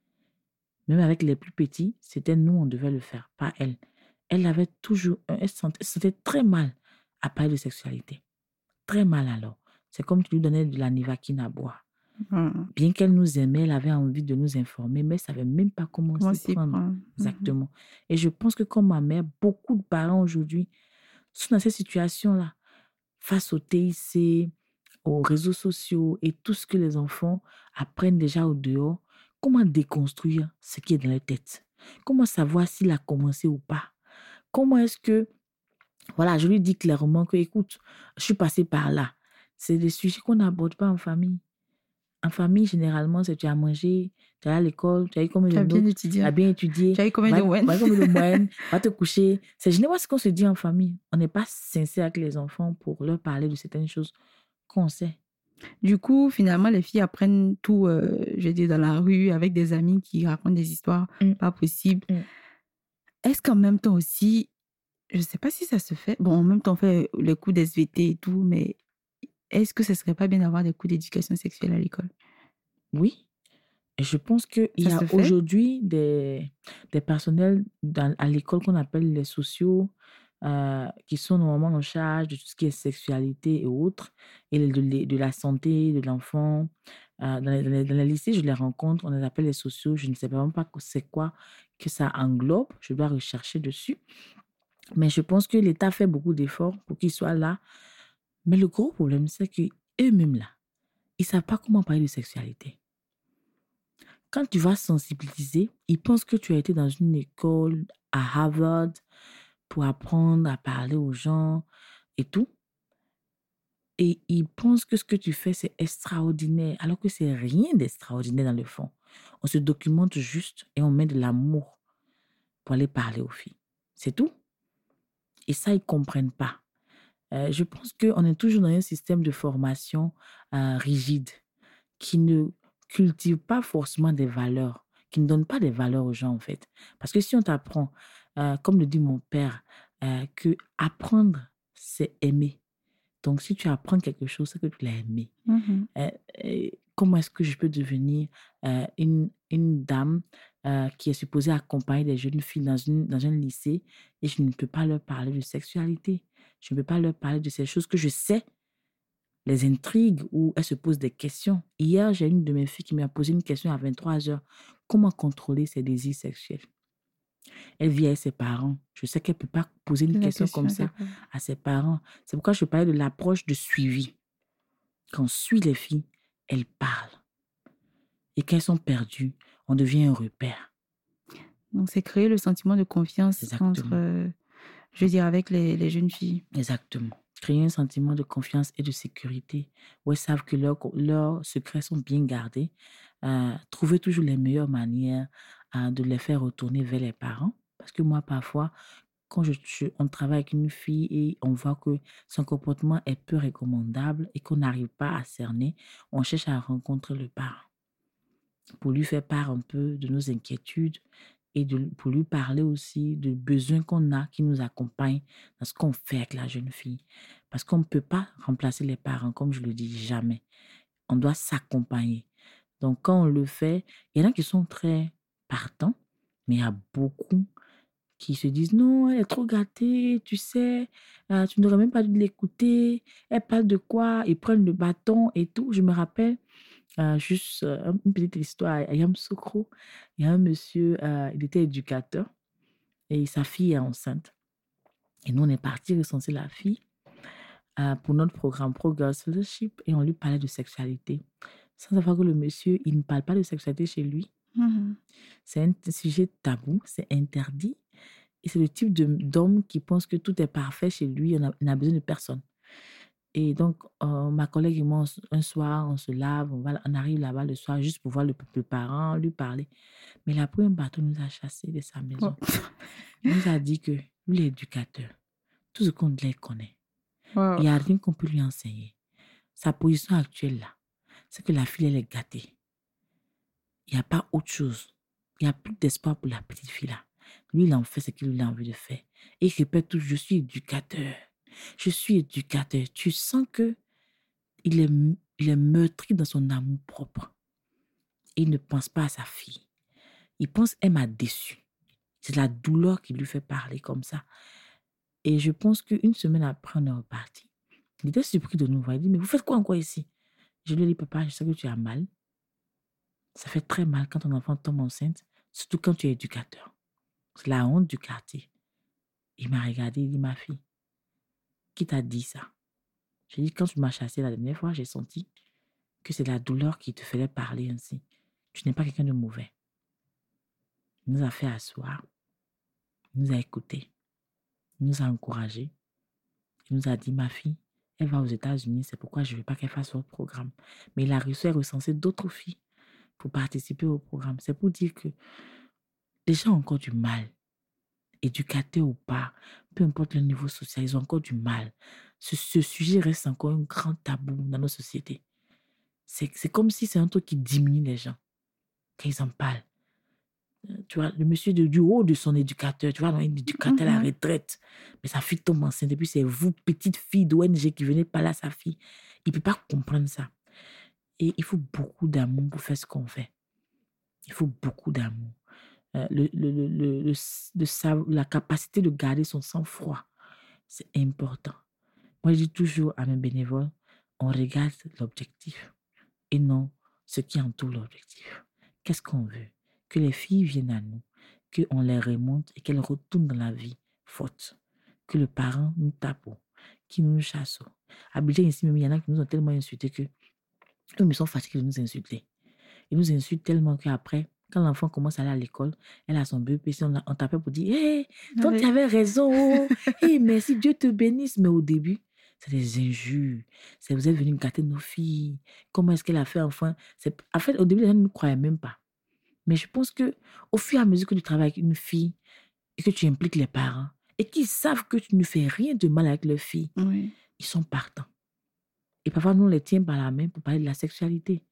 Même avec les plus petits, c'était nous, on devait le faire, pas elle. Elle avait toujours, elle se sentait, elle se sentait très mal à parler de sexualité. Très mal alors. C'est comme tu lui donnais de la Nivaquine à boire. Mmh. Bien qu'elle nous aimait, elle avait envie de nous informer, mais elle ne savait même pas comment, comment s'y prendre. prendre. Exactement. Mmh. Et je pense que comme ma mère, beaucoup de parents aujourd'hui sont dans cette situation-là, face au T I C, aux réseaux sociaux et tout ce que les enfants apprennent déjà au dehors. Comment déconstruire ce qui est dans leur tête? Comment savoir s'il a commencé ou pas? Comment est-ce que, voilà, je lui dis clairement que, écoute, je suis passée par là. C'est des sujets qu'on n'aborde pas en famille. En famille, généralement, c'est tu as mangé, tu es à l'école, tu as eu combien de Tu as bien notes, étudié. tu as bien étudié. Tu as eu combien va, de moyenne? Va combien de moyenne, va te coucher. C'est généralement ce qu'on se dit en famille. On n'est pas sincère avec les enfants pour leur parler de certaines choses qu'on sait. Du coup, finalement, les filles apprennent tout, euh, je veux dire, dans la rue, avec des amis qui racontent des histoires Mm. pas possibles. Mm. Est-ce qu'en même temps aussi, je ne sais pas si ça se fait, bon, en même temps, on fait les cours d'S V T et tout, mais est-ce que ce ne serait pas bien d'avoir des cours d'éducation sexuelle à l'école? Oui. Et je pense qu'il y Ça a se fait? aujourd'hui des, des personnels dans, à l'école qu'on appelle les sociaux, euh, qui sont normalement en charge de tout ce qui est sexualité et autres, et de, de, de la santé de l'enfant. Euh, dans, les, dans, les, dans les lycées, je les rencontre, on les appelle les sociaux. Je ne sais vraiment pas c'est quoi que ça englobe. Je dois rechercher dessus. Mais je pense que l'État fait beaucoup d'efforts pour qu'ils soient là. Mais le gros problème, c'est qu'eux-mêmes, là, ils ne savent pas comment parler de sexualité. Quand tu vas sensibiliser, ils pensent que tu as été dans une école à Harvard pour apprendre à parler aux gens et tout. Et ils pensent que ce que tu fais, c'est extraordinaire, alors que c'est rien d'extraordinaire dans le fond. On se documente juste et on met de l'amour pour aller parler aux filles. C'est tout. Et ça, ils ne comprennent pas. Euh, je pense qu'on est toujours dans un système de formation euh, rigide qui ne cultive pas forcément des valeurs, qui ne donne pas des valeurs aux gens, en fait. Parce que si on t'apprend, euh, comme le dit mon père, euh, que apprendre, c'est aimer. Donc, si tu apprends quelque chose, c'est que tu l'as aimé. Mm-hmm. Euh, euh, comment est-ce que je peux devenir euh, une, une dame euh, qui est supposée accompagner des jeunes filles dans, une, dans un lycée et je ne peux pas leur parler de sexualité. Je ne peux pas leur parler de ces choses que je sais, les intrigues où elles se posent des questions. Hier, j'ai une de mes filles qui m'a posé une question à vingt-trois heures. Comment contrôler ses désirs sexuels? Elle vit avec ses parents. Je sais qu'elle ne peut pas poser une question, question comme ça à ses parents. C'est pourquoi je parlais de l'approche de suivi. Quand on suit les filles, elles parlent. Et quand elles sont perdues, on devient un repère. Donc, c'est créer le sentiment de confiance Exactement. entre, euh, je veux dire, avec les, les jeunes filles. Exactement. Créer un sentiment de confiance et de sécurité où elles savent que leurs leurs secrets sont bien gardés. Euh, trouver toujours les meilleures manières euh, de les faire retourner vers les parents. Parce que moi, parfois, quand je, je, on travaille avec une fille et on voit que son comportement est peu recommandable et qu'on n'arrive pas à cerner, on cherche à rencontrer le parent pour lui faire part un peu de nos inquiétudes et de, pour lui parler aussi de besoins qu'on a qui nous accompagnent dans ce qu'on fait avec la jeune fille. Parce qu'on ne peut pas remplacer les parents, comme je le dis, jamais. On doit s'accompagner. Donc, quand on le fait, il y en a qui sont très partants, mais il y a beaucoup qui se disent non, elle est trop gâtée, tu sais, euh, tu n'aurais même pas dû l'écouter, elle parle de quoi, ils prennent le bâton et tout. Je me rappelle, euh, juste euh, une petite histoire à Yamoussoukro, il y a un monsieur, euh, il était éducateur et sa fille est enceinte. Et nous, on est parti recenser la fille euh, pour notre programme Pro Girls Fellowship et on lui parlait de sexualité. Sans savoir que le monsieur, il ne parle pas de sexualité chez lui. Mm-hmm. C'est un sujet tabou, c'est interdit. Et c'est le type de, d'homme qui pense que tout est parfait chez lui, on n'a besoin de personne. Et donc, euh, ma collègue et moi, un soir, on se lave, on, va, on arrive là-bas le soir juste pour voir le, le parent, lui parler. Mais la première bateau nous a chassés de sa maison. Oh. Il nous a dit que lui, l'éducateur, tout ce qu'on dit, il connaît. Oh. Il n'y a rien qu'on peut lui enseigner. Sa position actuelle, là, c'est que la fille, elle est gâtée. Il n'y a pas autre chose. Il n'y a plus d'espoir pour la petite fille, là. Lui, il en fait ce qu'il a envie de faire. Et il répète toujours, je suis éducateur. Je suis éducateur. Tu sens que il est, il est meurtri dans son amour propre. Et il ne pense pas à sa fille. Il pense, elle m'a déçu. C'est la douleur qui lui fait parler comme ça. Et je pense qu'une semaine après, on est reparti. Il était surpris de nous voir. Il dit, mais vous faites quoi encore ici? Je lui ai dit, papa, je sais que tu as mal. Ça fait très mal quand ton enfant tombe enceinte, surtout quand tu es éducateur. C'est la honte du quartier. Il m'a regardé, il dit, ma fille, qui t'a dit ça? J'ai dit, quand tu m'as chassé la dernière fois, j'ai senti que c'est la douleur qui te faisait parler ainsi. Tu n'es pas quelqu'un de mauvais. Il nous a fait asseoir, il nous a écoutés, il nous a encouragés. Il nous a dit, ma fille, Elle va aux États-Unis, c'est pourquoi je ne veux pas qu'elle fasse votre programme. Mais il a réussi à recenser d'autres filles pour participer au programme. C'est pour dire que les gens ont encore du mal. Éducatés ou pas, peu importe le niveau social, ils ont encore du mal. Ce, ce sujet reste encore un grand tabou dans nos sociétés. C'est, c'est comme si c'est un truc qui diminue les gens quand ils en parlent. Euh, Tu vois, le monsieur de, du haut de son éducateur, tu vois, un éducateur à la Mhm. retraite, mais sa fille tombe enceinte, et puis c'est vous, petite fille d'O N G qui venez parler à sa fille. Il ne peut pas comprendre ça. Et il faut beaucoup d'amour pour faire ce qu'on fait. Il faut beaucoup d'amour. Euh, le, le, le, le, le- le sav- la capacité de garder son sang-froid, c'est important. Moi, je dis toujours à mes bénévoles, on regarde l'objectif et non ce qui entoure l'objectif. Qu'est-ce qu'on veut? Que les filles viennent à nous, qu'on les remonte et qu'elles retournent dans la vie forte. Que le parent nous tape, qu'il nous chasse. À Abidjan, ici même, il y en a qui nous ont tellement insultés que eux, ils sont fatigués de nous insulter. Ils nous insultent tellement qu'après, quand l'enfant commence à aller à l'école, elle a son B E P C, on, on t'appelle pour dire « Hé, toi, tu Ouais. avais raison. Hé, merci, Dieu te bénisse. » Mais au début, c'est des injures. C'est vous êtes venu gâter nos filles. Comment est-ce qu'elle a fait enfin? C'est, en fait, au début, les gens ne nous croyaient même pas. Mais je pense que au fur et à mesure que tu travailles avec une fille et que tu impliques les parents et qu'ils savent que tu ne fais rien de mal avec leur fille, Oui. ils sont partants. Et parfois, nous, on les tient par la main pour parler de la sexualité.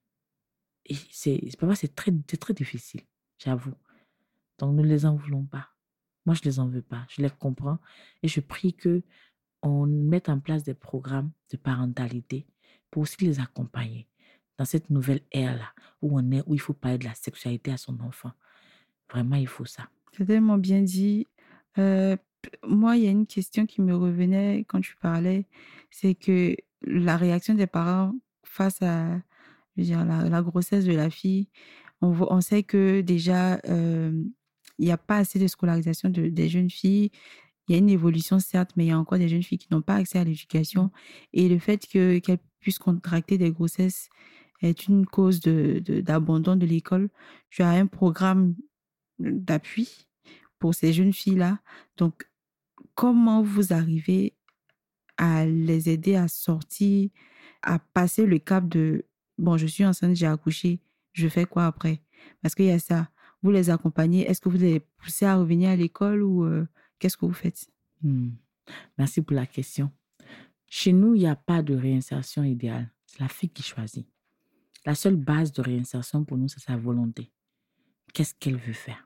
Et c'est, c'est- parfois, c'est très, c'est très difficile, j'avoue. Donc, ne les en voulons pas. Moi, je ne les en veux pas. Je les comprends. Et je prie qu'on mette en place des programmes de parentalité pour aussi les accompagner dans cette nouvelle ère-là où on est, où il faut parler de la sexualité à son enfant. Vraiment, il faut ça. C'est tellement bien dit. Euh, p- moi, il y a une question qui me revenait quand tu parlais, c'est que la réaction des parents face à, je veux dire, la, la grossesse de la fille, on, voit- on sait que déjà, euh, il n'y a pas assez de scolarisation de, des jeunes filles. Il y a une évolution, certes, mais il y a encore des jeunes filles qui n'ont pas accès à l'éducation. Et le fait que, qu'elles puissent contracter des grossesses est une cause de, de- d'abandon de l'école. Tu as un programme d'appui pour ces jeunes filles-là. Donc, comment vous arrivez à les aider à sortir, à passer le cap de, bon, je suis enceinte, j'ai accouché, je fais quoi après? Parce qu'il y a ça. Vous les accompagnez, est-ce que vous les poussez à revenir à l'école ou euh, qu'est-ce que vous faites? Hmm. Merci pour la question. Chez nous, il n'y a pas de réinsertion idéale. C'est la fille qui choisit. La seule base de réinsertion pour nous, c'est sa volonté. Qu'est-ce qu'elle veut faire?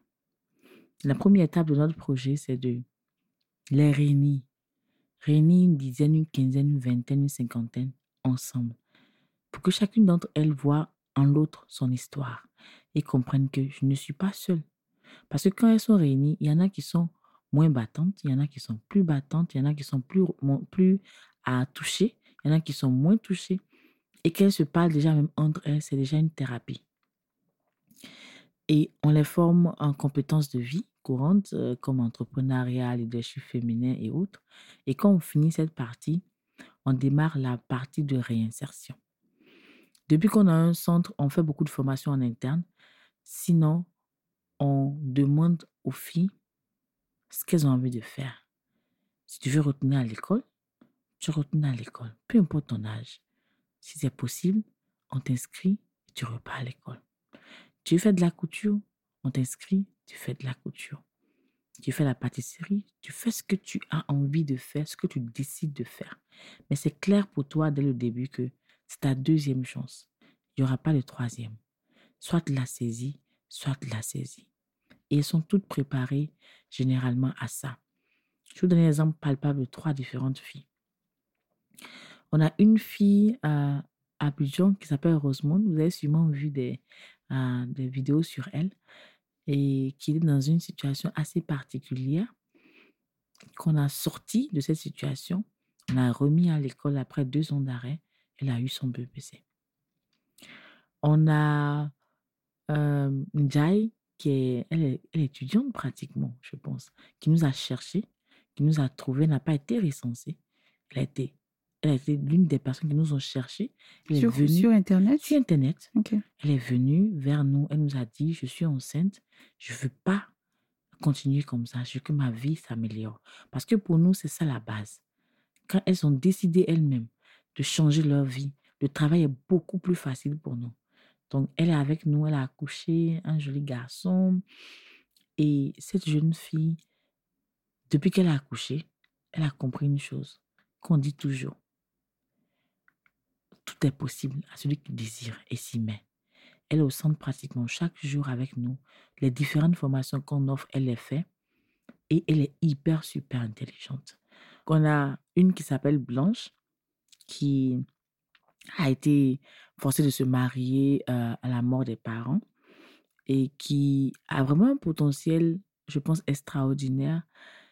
La première étape de notre projet, c'est de les réunir. Réunir une dizaine, une quinzaine, une vingtaine, une cinquantaine ensemble pour que chacune d'entre elles voit en l'autre son histoire et comprenne que je ne suis pas seule. Parce que quand elles sont réunies, il y en a qui sont moins battantes, il y en a qui sont plus battantes, il y en a qui sont plus, plus à toucher, il y en a qui sont moins touchées. Et qu'elles se parlent déjà même entre elles, c'est déjà une thérapie. Et on les forme en compétences de vie courantes, euh, comme entrepreneuriat, leadership féminin et autres. Et quand on finit cette partie, on démarre la partie de réinsertion. Depuis qu'on a un centre, on fait beaucoup de formations en interne. Sinon, on demande aux filles ce qu'elles ont envie de faire. Si tu veux retourner à l'école, tu retournes à l'école, peu importe ton âge. Si c'est possible, on t'inscrit et tu repars à l'école. Tu fais de la couture, on t'inscrit, tu fais de la couture. Tu fais la pâtisserie, tu fais ce que tu as envie de faire, ce que tu décides de faire. Mais c'est clair pour toi dès le début que c'est ta deuxième chance. Il n'y aura pas de troisième. Soit tu l'as saisie, soit tu l'as saisie. Et elles sont toutes préparées généralement à ça. Je vais vous donner un exemple palpable de trois différentes filles. On a une fille à Abidjan qui s'appelle Rosemonde. Vous avez sûrement vu des, euh, des vidéos sur elle et qui est dans une situation assez particulière. Qu'on a sorti de cette situation, on a remis à l'école après deux ans d'arrêt. Elle a eu son B E P C. On a euh, Njai, qui est, elle est, elle est étudiante pratiquement, je pense, qui nous a cherché, qui nous a trouvé, n'a pas été recensée. Elle a été, elle a été l'une des personnes qui nous ont cherché. Elle Sur, est venue sur Internet? sur Internet. Ok. Elle est venue vers nous. Elle nous a dit, je suis enceinte, je ne veux pas continuer comme ça. Je veux que ma vie s'améliore. Parce que pour nous, c'est ça la base. quand elles ont décidé elles-mêmes de changer leur vie, le travail est beaucoup plus facile pour nous. Donc, elle est avec nous, elle a accouché un joli garçon. Et cette jeune fille, depuis qu'elle a accouché, elle a compris une chose qu'on dit toujours. Tout est possible à celui qui désire et s'y met. Elle est au centre pratiquement chaque jour avec nous. Les différentes formations qu'on offre, elle les fait. Et elle est hyper, super intelligente. On a une qui s'appelle Blanche, qui a été forcée de se marier euh, à la mort des parents et qui a vraiment un potentiel, je pense, extraordinaire,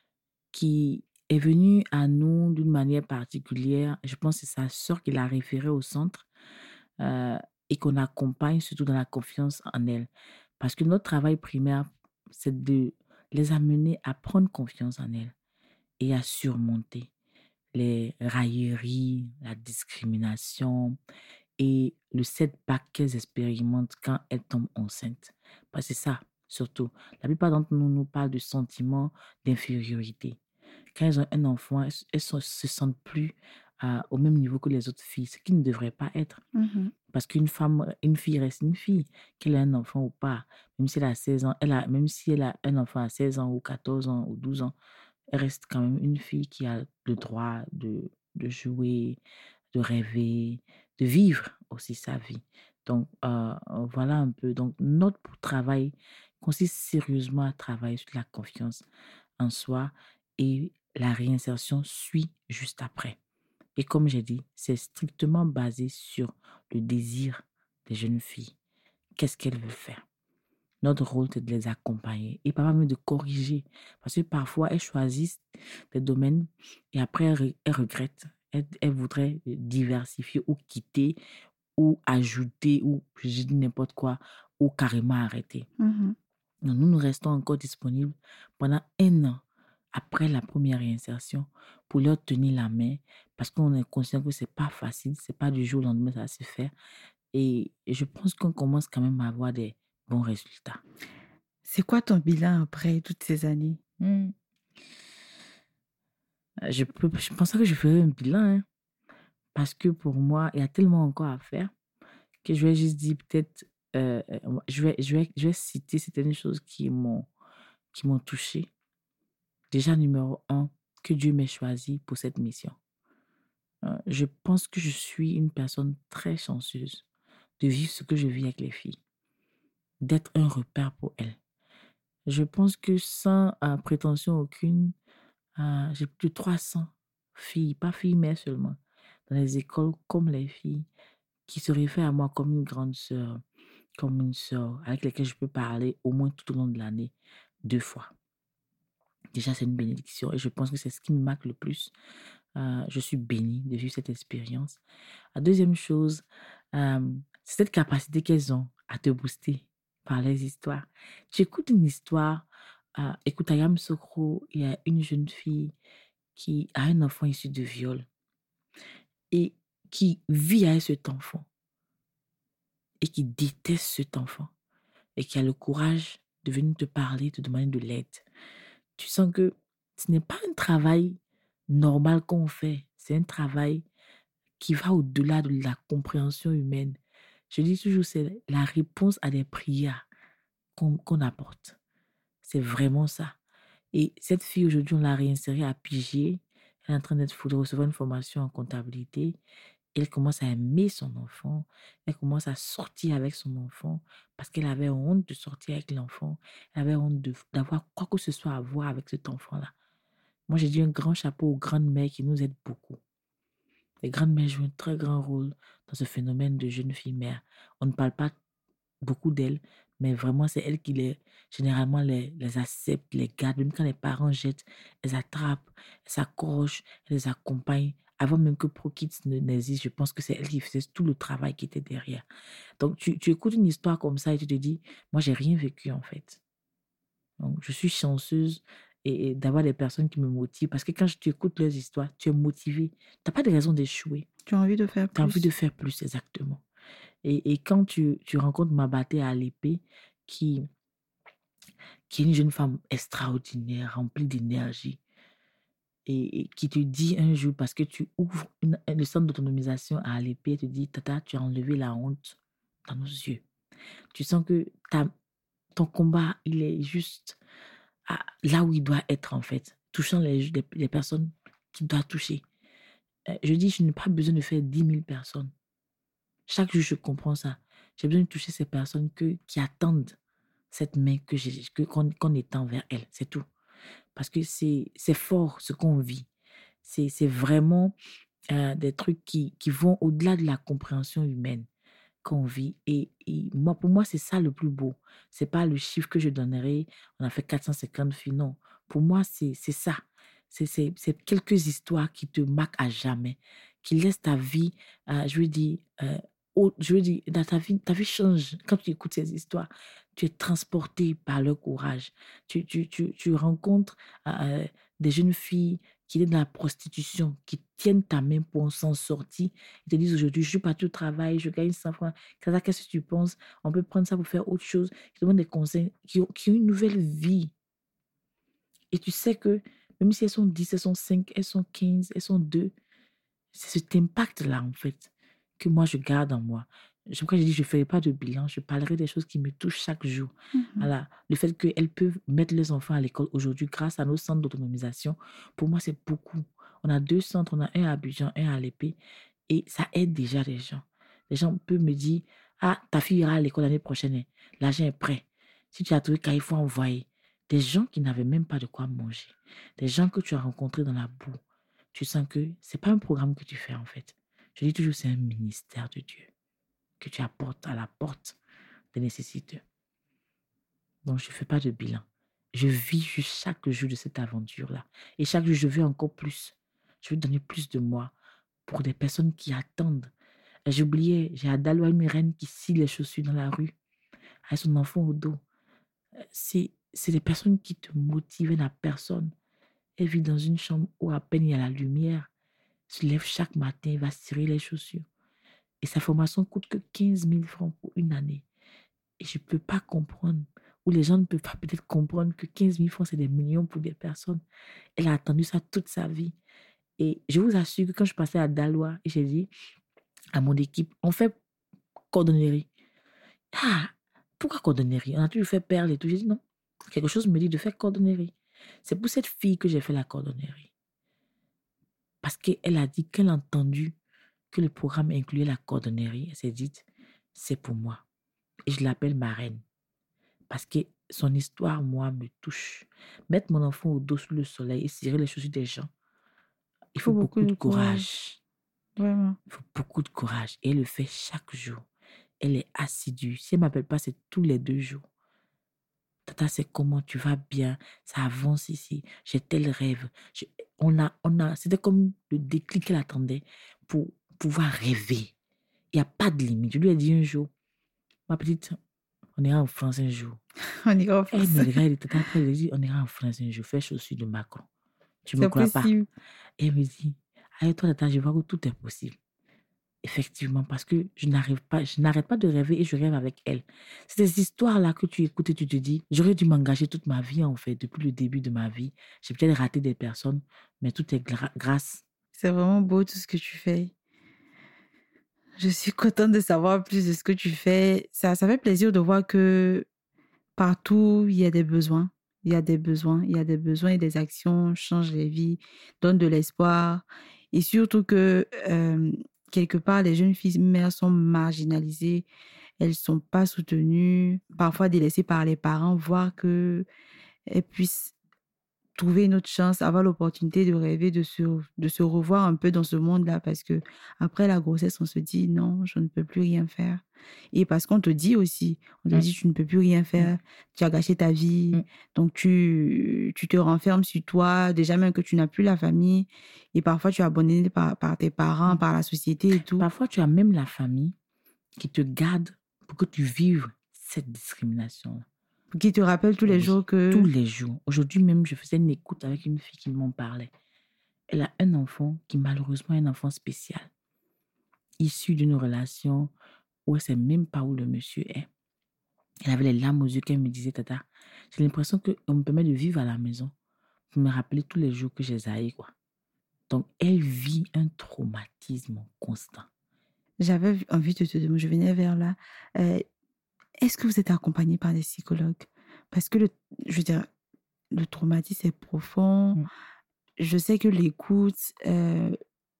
qui est venue à nous d'une manière particulière. Je pense que c'est sa sœur qui l'a référée au centre euh, et qu'on accompagne surtout dans la confiance en elle. Parce que notre travail primaire, c'est de les amener à prendre confiance en elles et à surmonter les railleries, la discrimination et le setback qu'elles expérimentent quand elles tombent enceintes. Parce que c'est ça, surtout. La plupart d'entre nous nous parlent de sentiments d'infériorité. Quand elles ont un enfant, elles ne se sentent plus euh, au même niveau que les autres filles, ce qui ne devrait pas être. Mm-hmm. Parce qu'une femme, une fille reste une fille, qu'elle ait un enfant ou pas. Même si elle a seize ans, elle a, même si elle a un enfant à seize ans ou quatorze ans ou douze ans, elle reste quand même une fille qui a le droit de, de jouer, de rêver, de vivre aussi sa vie. Donc, euh, voilà un peu. Donc, notre travail consiste sérieusement à travailler sur la confiance en soi et la réinsertion suit juste après. Et comme j'ai dit, c'est strictement basé sur le désir des jeunes filles. Qu'est-ce qu'elles veulent faire? Notre rôle, c'est de les accompagner et pas même de corriger. Parce que parfois, elles choisissent des domaines et après, elles, elles regrettent. Elles, elles voudraient diversifier ou quitter ou ajouter ou, je dis n'importe quoi, ou carrément arrêter. Mm-hmm. Donc, nous, nous restons encore disponibles pendant un an après la première réinsertion pour leur tenir la main parce qu'on est conscient que ce n'est pas facile, ce n'est pas du jour au lendemain, ça va se faire. Et, et je pense qu'on commence quand même à avoir des bons résultats. C'est quoi ton bilan après toutes ces années? Hmm. Je, peux, je pensais que je ferais un bilan hein, parce que pour moi, il y a tellement encore à faire que je vais juste dire peut-être, euh, je, vais, je, vais, je vais citer certaines choses qui m'ont, qui m'ont touchée. Déjà, numéro un, que Dieu m'ait choisi pour cette mission. Euh, je pense que je suis une personne très chanceuse de vivre ce que je vis avec les filles, d'être un repère pour elles. Je pense que sans euh, prétention aucune, euh, j'ai plus de trois cents filles, pas filles mais seulement, dans les écoles comme les filles, qui se réfèrent à moi comme une grande sœur, comme une sœur avec laquelle je peux parler au moins tout au long de l'année, deux fois. Déjà, c'est une bénédiction et je pense que c'est ce qui me marque le plus. Euh, je suis bénie de vivre cette expérience. La deuxième chose, euh, c'est cette capacité qu'elles ont à te booster par les histoires. Tu écoutes une histoire, euh, écoute, à Yamoussoukro, il y a une jeune fille qui a un enfant issu de viol et qui vit avec cet enfant et qui déteste cet enfant et qui a le courage de venir te parler, te demander de l'aide. Tu sens que ce n'est pas un travail normal qu'on fait, c'est un travail qui va au-delà de la compréhension humaine. Je dis toujours, c'est la réponse à des prières qu'on, qu'on apporte. C'est vraiment ça. Et cette fille, aujourd'hui, on l'a réinsérée à Pigier. Elle est en train d'être, de recevoir une formation en comptabilité. Elle commence à aimer son enfant. Elle commence à sortir avec son enfant parce qu'elle avait honte de sortir avec l'enfant. Elle avait honte de, d'avoir quoi que ce soit à voir avec cet enfant-là. Moi, j'ai dit un grand chapeau aux grandes mères qui nous aident beaucoup. Les grandes mères jouent un très grand rôle dans ce phénomène de jeunes filles mères. On ne parle pas beaucoup d'elles, mais vraiment, c'est elles qui les, généralement les, les acceptent, les gardent. Même quand les parents jettent, elles attrapent, elles s'accrochent, elles les accompagnent. Avant même que ProKids n'existe, je pense que c'est elles qui faisaient tout le travail qui était derrière. Donc, tu, tu écoutes une histoire comme ça et tu te dis, moi, j'ai rien vécu en fait. Donc, je suis chanceuse et, et d'avoir des personnes qui me motivent parce que quand tu écoutes leurs histoires, tu es motivé. Tu n'as pas de raison d'échouer. Tu as envie de faire plus. Tu as envie de faire plus, exactement. Et, et quand tu, tu rencontres Mabaté à l'épée, qui, qui est une jeune femme extraordinaire, remplie d'énergie, et, et qui te dit un jour, parce que tu ouvres une, le centre d'autonomisation à Alépé, elle te dit, Tata, tu as enlevé la honte dans nos yeux. Tu sens que ta, ton combat, il est juste à, là où il doit être, en fait, touchant les, les, les personnes qu'il doit toucher. Euh, je dis, je n'ai pas besoin de faire dix mille personnes. Chaque jour, je comprends ça. J'ai besoin de toucher ces personnes que, qui attendent cette main que j'ai, que, qu'on, qu'on étend vers elles. C'est tout. Parce que c'est, c'est fort ce qu'on vit. C'est, c'est vraiment euh, des trucs qui, qui vont au-delà de la compréhension humaine qu'on vit. Et, et moi, pour moi, c'est ça le plus beau. C'est pas le chiffre que je donnerai. On a fait quatre cent cinquante filles. Non. Pour moi, c'est, c'est ça. C'est, c'est, c'est quelques histoires qui te marquent à jamais, qui laissent ta vie, euh, je veux dire, euh, au- je veux dire, dans ta vie, ta vie change quand tu écoutes ces histoires. Tu es transporté par leur courage. Tu, tu, tu, tu rencontres euh, des jeunes filles qui étaient dans la prostitution, qui tiennent ta main pour s'en sortir. Ils te disent aujourd'hui, je suis partie au travail, je gagne cent francs. Qu'est-ce que tu penses? On peut prendre ça pour faire autre chose. Ils te donnent des conseils, qui ont, qui ont une nouvelle vie. Et tu sais que même si elles sont dix, elles sont cinq, elles sont quinze, elles sont deux, c'est cet impact-là, en fait, que moi, je garde en moi. Je crois que j'ai dit, je ne ferai pas de bilan, je parlerai des choses qui me touchent chaque jour. Mhm. Voilà. Le fait qu'elles peuvent mettre les enfants à l'école aujourd'hui grâce à nos centres d'autonomisation, pour moi, c'est beaucoup. On a deux centres, on a un à Abidjan, un à Alépé, et ça aide déjà les gens. Les gens peuvent me dire, ah, ta fille ira à l'école l'année prochaine, hein. L'argent est prêt. Si tu as trouvé qu'il faut envoyer. Des gens qui n'avaient même pas de quoi manger. Des gens que tu as rencontrés dans la boue. Tu sens que ce n'est pas un programme que tu fais, en fait. Je dis toujours, c'est un ministère de Dieu que tu apportes à la porte des nécessiteux. Donc, je ne fais pas de bilan. Je vis juste chaque jour de cette aventure-là. Et chaque jour, je veux encore plus. Je veux donner plus de moi pour des personnes qui attendent. Et j'oubliais, j'ai Adaloa, une reine qui scie les chaussures dans la rue, avec son enfant au dos. C'est, c'est des personnes qui te motivent, la personne. Elle vit dans une chambre où à peine il y a la lumière. Elle se lève chaque matin, il va cirer les chaussures. Et sa formation coûte que quinze mille francs pour une année. Et je ne peux pas comprendre, ou les gens ne peuvent pas peut-être comprendre que quinze mille francs, c'est des millions pour des personnes. Elle a attendu ça toute sa vie. Et je vous assure que quand je passais à Daloa, et j'ai dit à mon équipe, on fait cordonnerie. Ah, pourquoi cordonnerie? On a toujours fait perles et tout. J'ai dit non. Quelque chose me dit de faire cordonnerie. C'est pour cette fille que j'ai fait la cordonnerie. Parce qu'elle a dit qu'elle a entendu que le programme incluait la cordonnerie. Elle s'est dit, c'est pour moi. Et je l'appelle ma reine. Parce que son histoire, moi, me touche. Mettre mon enfant au dos sous le soleil et cirer les chaussures des gens, il faut, faut beaucoup, beaucoup de courage. courage. Vraiment. Il faut beaucoup de courage. Et elle le fait chaque jour. Elle est assidue. Si elle ne m'appelle pas, c'est tous les deux jours. Tata, c'est comment tu vas bien? Ça avance ici. J'ai tel rêve. Je, on a, on a, c'était comme le déclic qu'elle attendait pour pouvoir rêver. Il n'y a pas de limite. Je lui ai dit un jour, ma petite, on ira en France un jour. On ira en France. Elle me regarde, tata, après, elle dit, on ira en France un jour, faire chaussures de Macron. Tu ne me crois possible. Pas? Et elle me dit, avec toi, tata, je vois que tout est possible. Effectivement, parce que je n'arrive pas, je n'arrête pas de rêver et je rêve avec elle. C'est ces histoires-là que tu écoutes et tu te dis, j'aurais dû m'engager toute ma vie, en fait, depuis le début de ma vie. J'ai peut-être raté des personnes, mais tout est gra- grâce. C'est vraiment beau tout ce que tu fais. Je suis contente de savoir plus de ce que tu fais. Ça, ça fait plaisir de voir que partout, il y a des besoins. Il y a des besoins, il y a des besoins et des actions changent les vies, donnent de l'espoir. Et surtout que, euh, quelque part, les jeunes filles mères sont marginalisées. Elles ne sont pas soutenues, parfois délaissées par les parents, voire qu'elles puissent trouver une autre chance, avoir l'opportunité de rêver, de se, de se revoir un peu dans ce monde-là, parce que après la grossesse, on se dit non, je ne peux plus rien faire. Et parce qu'on te dit aussi, on te mmh. dit tu ne peux plus rien faire, mmh. tu as gâché ta vie, mmh. donc tu, tu te renfermes sur toi, déjà même que tu n'as plus la famille, et parfois tu es abandonné par, par tes parents, mmh. par la société et tout. Parfois tu as même la famille qui te garde pour que tu vives cette discrimination-là. Qui te rappelle tous les oui, jours que... Tous les jours. Aujourd'hui même, je faisais une écoute avec une fille qui m'en parlait. Elle a un enfant qui malheureusement est un enfant spécial. Issu d'une relation où elle ne sait même pas où le monsieur est. Elle avait les larmes aux yeux qu'elle me disait, tata, j'ai l'impression qu'on me permet de vivre à la maison me rappeler tous les jours que j'ai zaï, quoi. Donc, elle vit un traumatisme constant. J'avais envie de te demander, je venais vers là. Euh, est-ce que vous êtes accompagné par des psychologues? Parce que, le, je veux dire, le traumatisme est profond. Mm. Je sais que l'écoute, euh,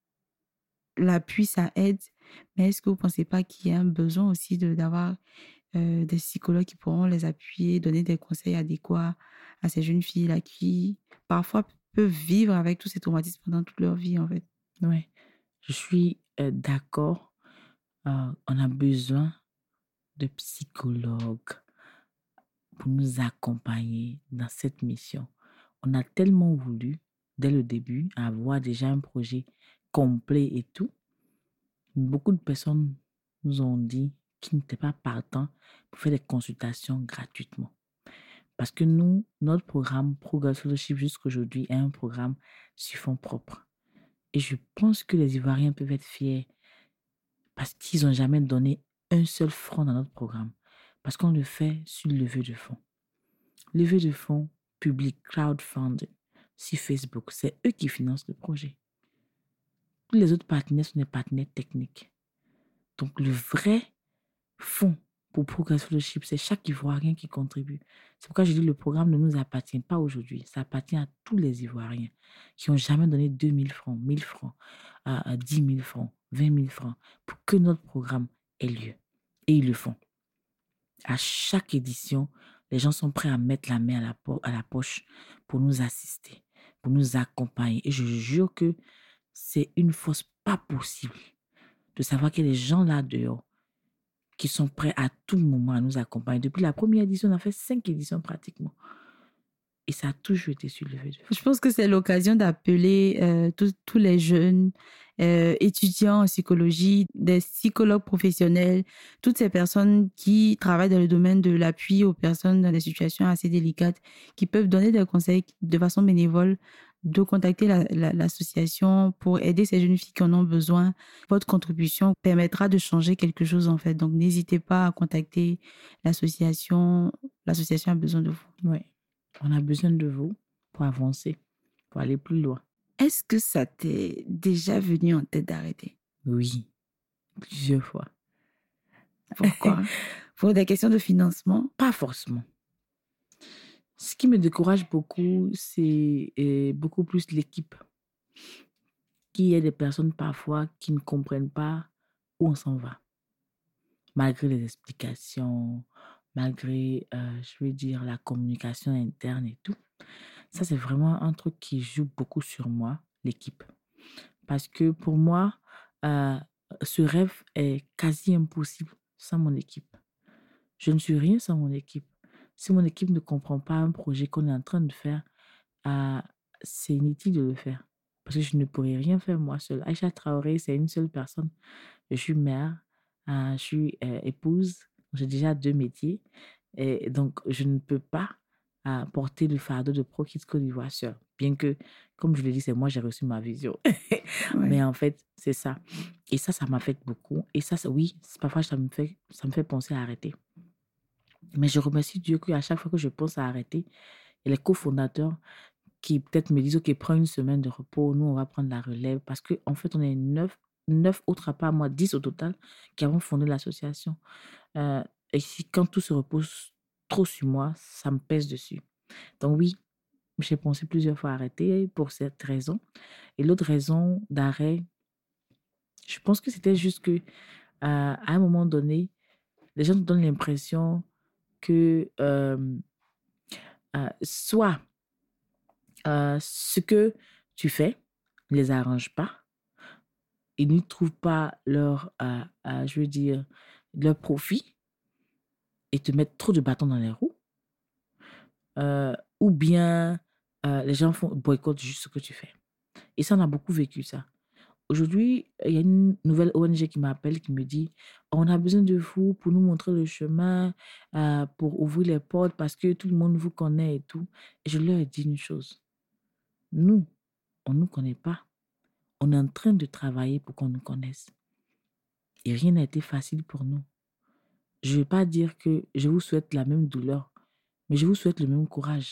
l'appui, ça aide. Mais est-ce que vous ne pensez pas qu'il y a un besoin aussi de, d'avoir euh, des psychologues qui pourront les appuyer, donner des conseils adéquats à ces jeunes filles-là qui, parfois, peuvent vivre avec tous ces traumatismes pendant toute leur vie, en fait? Oui, je suis euh, d'accord. Euh, on a besoin de psychologues pour nous accompagner dans cette mission. On a tellement voulu, dès le début, avoir déjà un projet complet et tout. Beaucoup de personnes nous ont dit qu'ils n'étaient pas partants pour faire des consultations gratuitement. Parce que nous, notre programme Progress Fellowship jusqu'à aujourd'hui est un programme sur fonds propres. Et je pense que les Ivoiriens peuvent être fiers parce qu'ils n'ont jamais donné un seul franc dans notre programme. Parce qu'on le fait sur levée de fonds. Levée de fonds public, crowdfunding, sur Facebook. C'est eux qui financent le projet. Tous les autres partenaires sont des partenaires techniques. Donc, le vrai fonds pour Progress Fellowship, c'est chaque Ivoirien qui contribue. C'est pourquoi je dis que le programme ne nous appartient pas aujourd'hui. Ça appartient à tous les Ivoiriens qui n'ont jamais donné deux mille francs, mille francs, euh, dix mille francs, vingt mille francs pour que notre programme ait lieu. Et ils le font. À chaque édition, les gens sont prêts à mettre la main à la, po- à la poche pour nous assister, pour nous accompagner. Et je jure que c'est une force pas possible de savoir qu'il y a des gens là dehors qui sont prêts à tout moment à nous accompagner. Depuis la première édition, on a fait cinq éditions pratiquement. Et ça a toujours été sur le levée de fonds. Je pense que c'est l'occasion d'appeler euh, tous les jeunes euh, étudiants en psychologie, des psychologues professionnels, toutes ces personnes qui travaillent dans le domaine de l'appui aux personnes dans des situations assez délicates, qui peuvent donner des conseils de façon bénévole, de contacter la, la, l'association pour aider ces jeunes filles qui en ont besoin. Votre contribution permettra de changer quelque chose, en fait. Donc, n'hésitez pas à contacter l'association. L'association a besoin de vous. Oui. On a besoin de vous pour avancer, pour aller plus loin. Est-ce que ça t'est déjà venu en tête d'arrêter? Oui, plusieurs fois. Pourquoi? Pour des questions de financement? Pas forcément. Ce qui me décourage beaucoup, c'est euh, beaucoup plus l'équipe. Qu'il y ait des personnes parfois qui ne comprennent pas où on s'en va. Malgré les explications, malgré, euh, je veux dire, la communication interne et tout. Ça, c'est vraiment un truc qui joue beaucoup sur moi, l'équipe. Parce que pour moi, euh, ce rêve est quasi impossible sans mon équipe. Je ne suis rien sans mon équipe. Si mon équipe ne comprend pas un projet qu'on est en train de faire, euh, c'est inutile de le faire. Parce que je ne pourrais rien faire moi seule. Aïcha Traoré, c'est une seule personne. Je suis mère, euh, je suis euh, épouse, j'ai déjà deux métiers. Et donc, je ne peux pas euh, porter le fardeau de Pro Kids Côte d'Ivoire seule. Bien que, comme je l'ai dit, c'est moi, j'ai reçu ma vision. Ouais. Mais en fait, c'est ça. Et ça, ça m'affecte beaucoup. Et ça, ça oui, parfois, ça me, fait, ça me fait penser à arrêter. Mais je remercie Dieu qu'à chaque fois que je pense à arrêter, il y a les cofondateurs qui peut-être me disent, OK, prends une semaine de repos, nous, on va prendre la relève. Parce qu'en en fait, on est neuf, neuf autres, à part moi, dix au total, qui avons fondé l'association. Euh, et si, quand tout se repose trop sur moi, ça me pèse dessus. Donc oui, j'ai pensé plusieurs fois à arrêter pour cette raison. Et l'autre raison d'arrêt, je pense que c'était juste que euh, à un moment donné, les gens te donnent l'impression que euh, euh, soit euh, ce que tu fais ne les arrange pas, ils n'y trouvent pas leur, euh, euh, je veux dire, leur profit et te mettent trop de bâtons dans les roues. Euh, ou bien euh, les gens font boycottent juste ce que tu fais. Et ça, on a beaucoup vécu ça. Aujourd'hui, il y a une nouvelle O N G qui m'appelle, qui me dit « On a besoin de vous pour nous montrer le chemin, euh, pour ouvrir les portes parce que tout le monde vous connaît et tout. » Et je leur ai dit une chose. Nous, on ne nous connaît pas. On est en train de travailler pour qu'on nous connaisse. Et rien n'a été facile pour nous. Je ne vais pas dire que je vous souhaite la même douleur, mais je vous souhaite le même courage.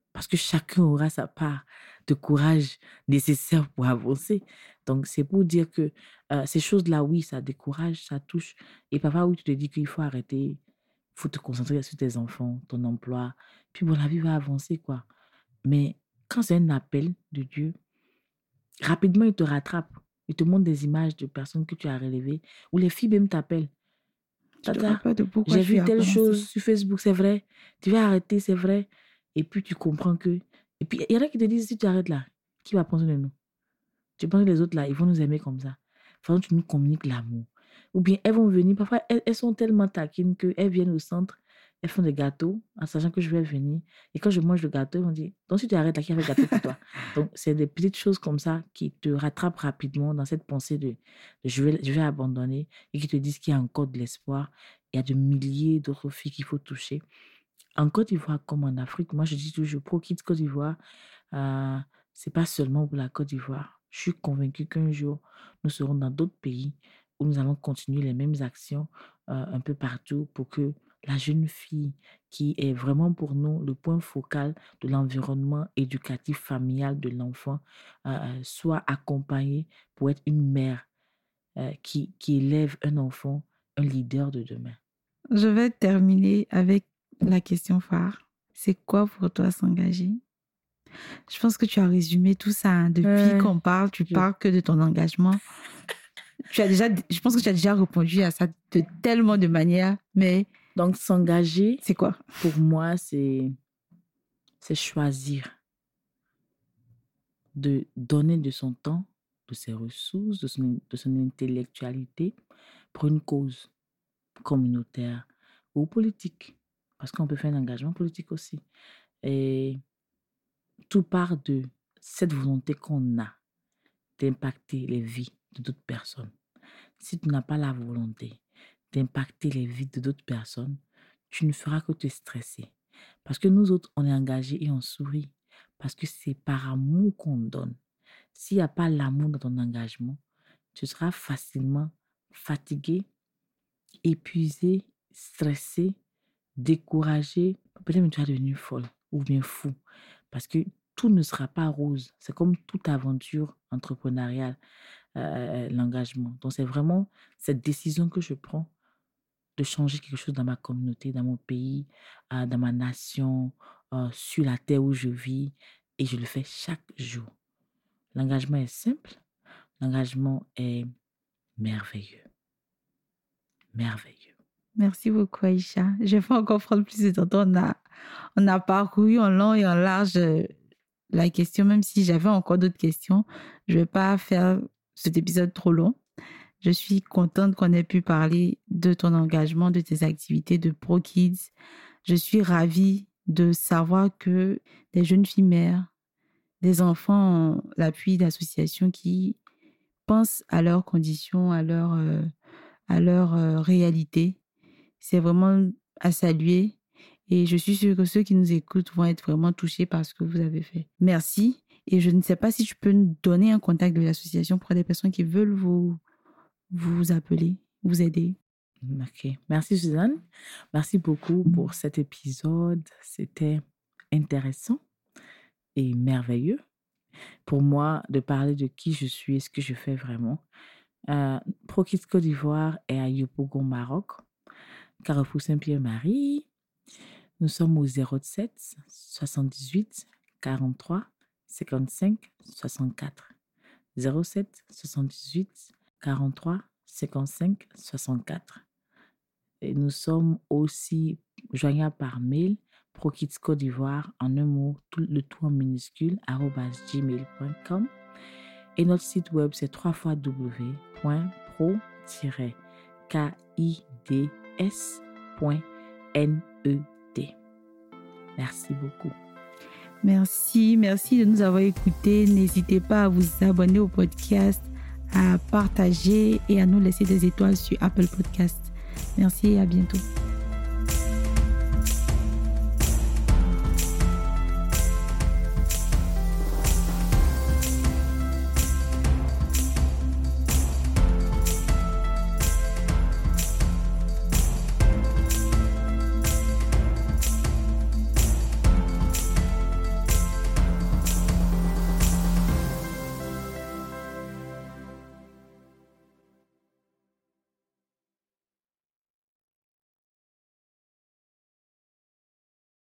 Parce que chacun aura sa part de courage nécessaire pour avancer. Donc, c'est pour dire que euh, ces choses-là, oui, ça décourage, ça touche. Et parfois, oui, tu te dis qu'il faut arrêter, il faut te concentrer sur tes enfants, ton emploi. Puis bon, la vie va avancer, quoi. Mais quand c'est un appel de Dieu, rapidement, il te rattrape. Il te montre des images de personnes que tu as relevées, ou les filles même t'appellent. Tata, j'ai vu telle chose sur Facebook, c'est vrai. Tu vas arrêter, c'est vrai. Et puis, tu comprends que... Et puis, il y en a qui te disent, si tu arrêtes là, qui va prendre soin de nous? Tu penses que les autres là, ils vont nous aimer comme ça. Il faut que tu nous communiques l'amour. Ou bien, elles vont venir, parfois, elles, elles sont tellement taquines qu'elles viennent au centre, elles font des gâteaux en sachant que je vais venir. Et quand je mange le gâteau, ils vont dire, donc si tu arrêtes là, qui a fait le gâteau pour toi? Donc, c'est des petites choses comme ça qui te rattrapent rapidement dans cette pensée de, de je, vais, je vais abandonner et qui te disent qu'il y a encore de l'espoir. Il y a de milliers d'autres filles qu'il faut toucher. En Côte d'Ivoire comme en Afrique, moi je dis toujours, Pro Kids Côte d'Ivoire, euh, c'est pas seulement pour la Côte d'Ivoire. Je suis convaincue qu'un jour, nous serons dans d'autres pays où nous allons continuer les mêmes actions euh, un peu partout pour que la jeune fille qui est vraiment pour nous le point focal de l'environnement éducatif familial de l'enfant euh, soit accompagnée pour être une mère euh, qui, qui élève un enfant, un leader de demain. Je vais terminer avec la question phare. C'est quoi pour toi s'engager? Je pense que tu as résumé tout ça. Hein. Depuis euh, qu'on parle, tu je... parles que de ton engagement. Tu as déjà, je pense que tu as déjà répondu à ça de tellement de manières, mais... Donc, s'engager, c'est quoi? Pour moi, c'est, c'est choisir de donner de son temps, de ses ressources, de son, de son intellectualité pour une cause communautaire ou politique. Parce qu'on peut faire un engagement politique aussi. Et tout part de cette volonté qu'on a d'impacter les vies de d'autres personnes. Si tu n'as pas la volonté d'impacter les vies de d'autres personnes, tu ne feras que te stresser. Parce que nous autres, on est engagés et on sourit. Parce que c'est par amour qu'on donne. S'il n'y a pas l'amour dans ton engagement, tu seras facilement fatigué, épuisé, stressé, découragé. Peut-être que tu vas devenir folle ou bien fou. Parce que tout ne sera pas rose. C'est comme toute aventure entrepreneuriale, euh, l'engagement. Donc, c'est vraiment cette décision que je prends de changer quelque chose dans ma communauté, dans mon pays, euh, dans ma nation, euh, sur la terre où je vis. Et je le fais chaque jour. L'engagement est simple. L'engagement est merveilleux. Merveilleux. Merci beaucoup, Aïcha. Je vais pas encore prendre plus de temps. On a, on a parcouru en long et en large la question, même si j'avais encore d'autres questions. Je ne vais pas faire cet épisode trop long. Je suis contente qu'on ait pu parler de ton engagement, de tes activités de Pro Kids. Je suis ravie de savoir que des jeunes filles mères, des enfants ont l'appui d'associations qui pensent à leurs conditions, à leur, euh, à leur euh, réalité. C'est vraiment à saluer. Et je suis sûre que ceux qui nous écoutent vont être vraiment touchés par ce que vous avez fait. Merci. Et je ne sais pas si tu peux nous donner un contact de l'association pour des personnes qui veulent vous, vous appeler, vous aider. Ok. Merci, Suzanne. Merci beaucoup pour cet épisode. C'était intéressant et merveilleux pour moi de parler de qui je suis et ce que je fais vraiment. Euh, Pro Kids Côte d'Ivoire est à Yopougon, Maroc, Carrefour Saint-Pierre-Marie. Nous sommes au zéro sept soixante-dix-huit quarante-trois cinquante-cinq soixante-quatre. zéro sept soixante-dix-huit quarante-trois cinquante-cinq soixante-quatre. Et nous sommes aussi joignables par mail, prokidscote d'ivoire en un mot, tout, le tout en minuscule, arobase gmail point com. Et notre site web, c'est w w w point pro tiret kids point net. Merci beaucoup. Merci, merci de nous avoir écoutés. N'hésitez pas à vous abonner au podcast, à partager et à nous laisser des étoiles sur Apple Podcast. Merci et à bientôt.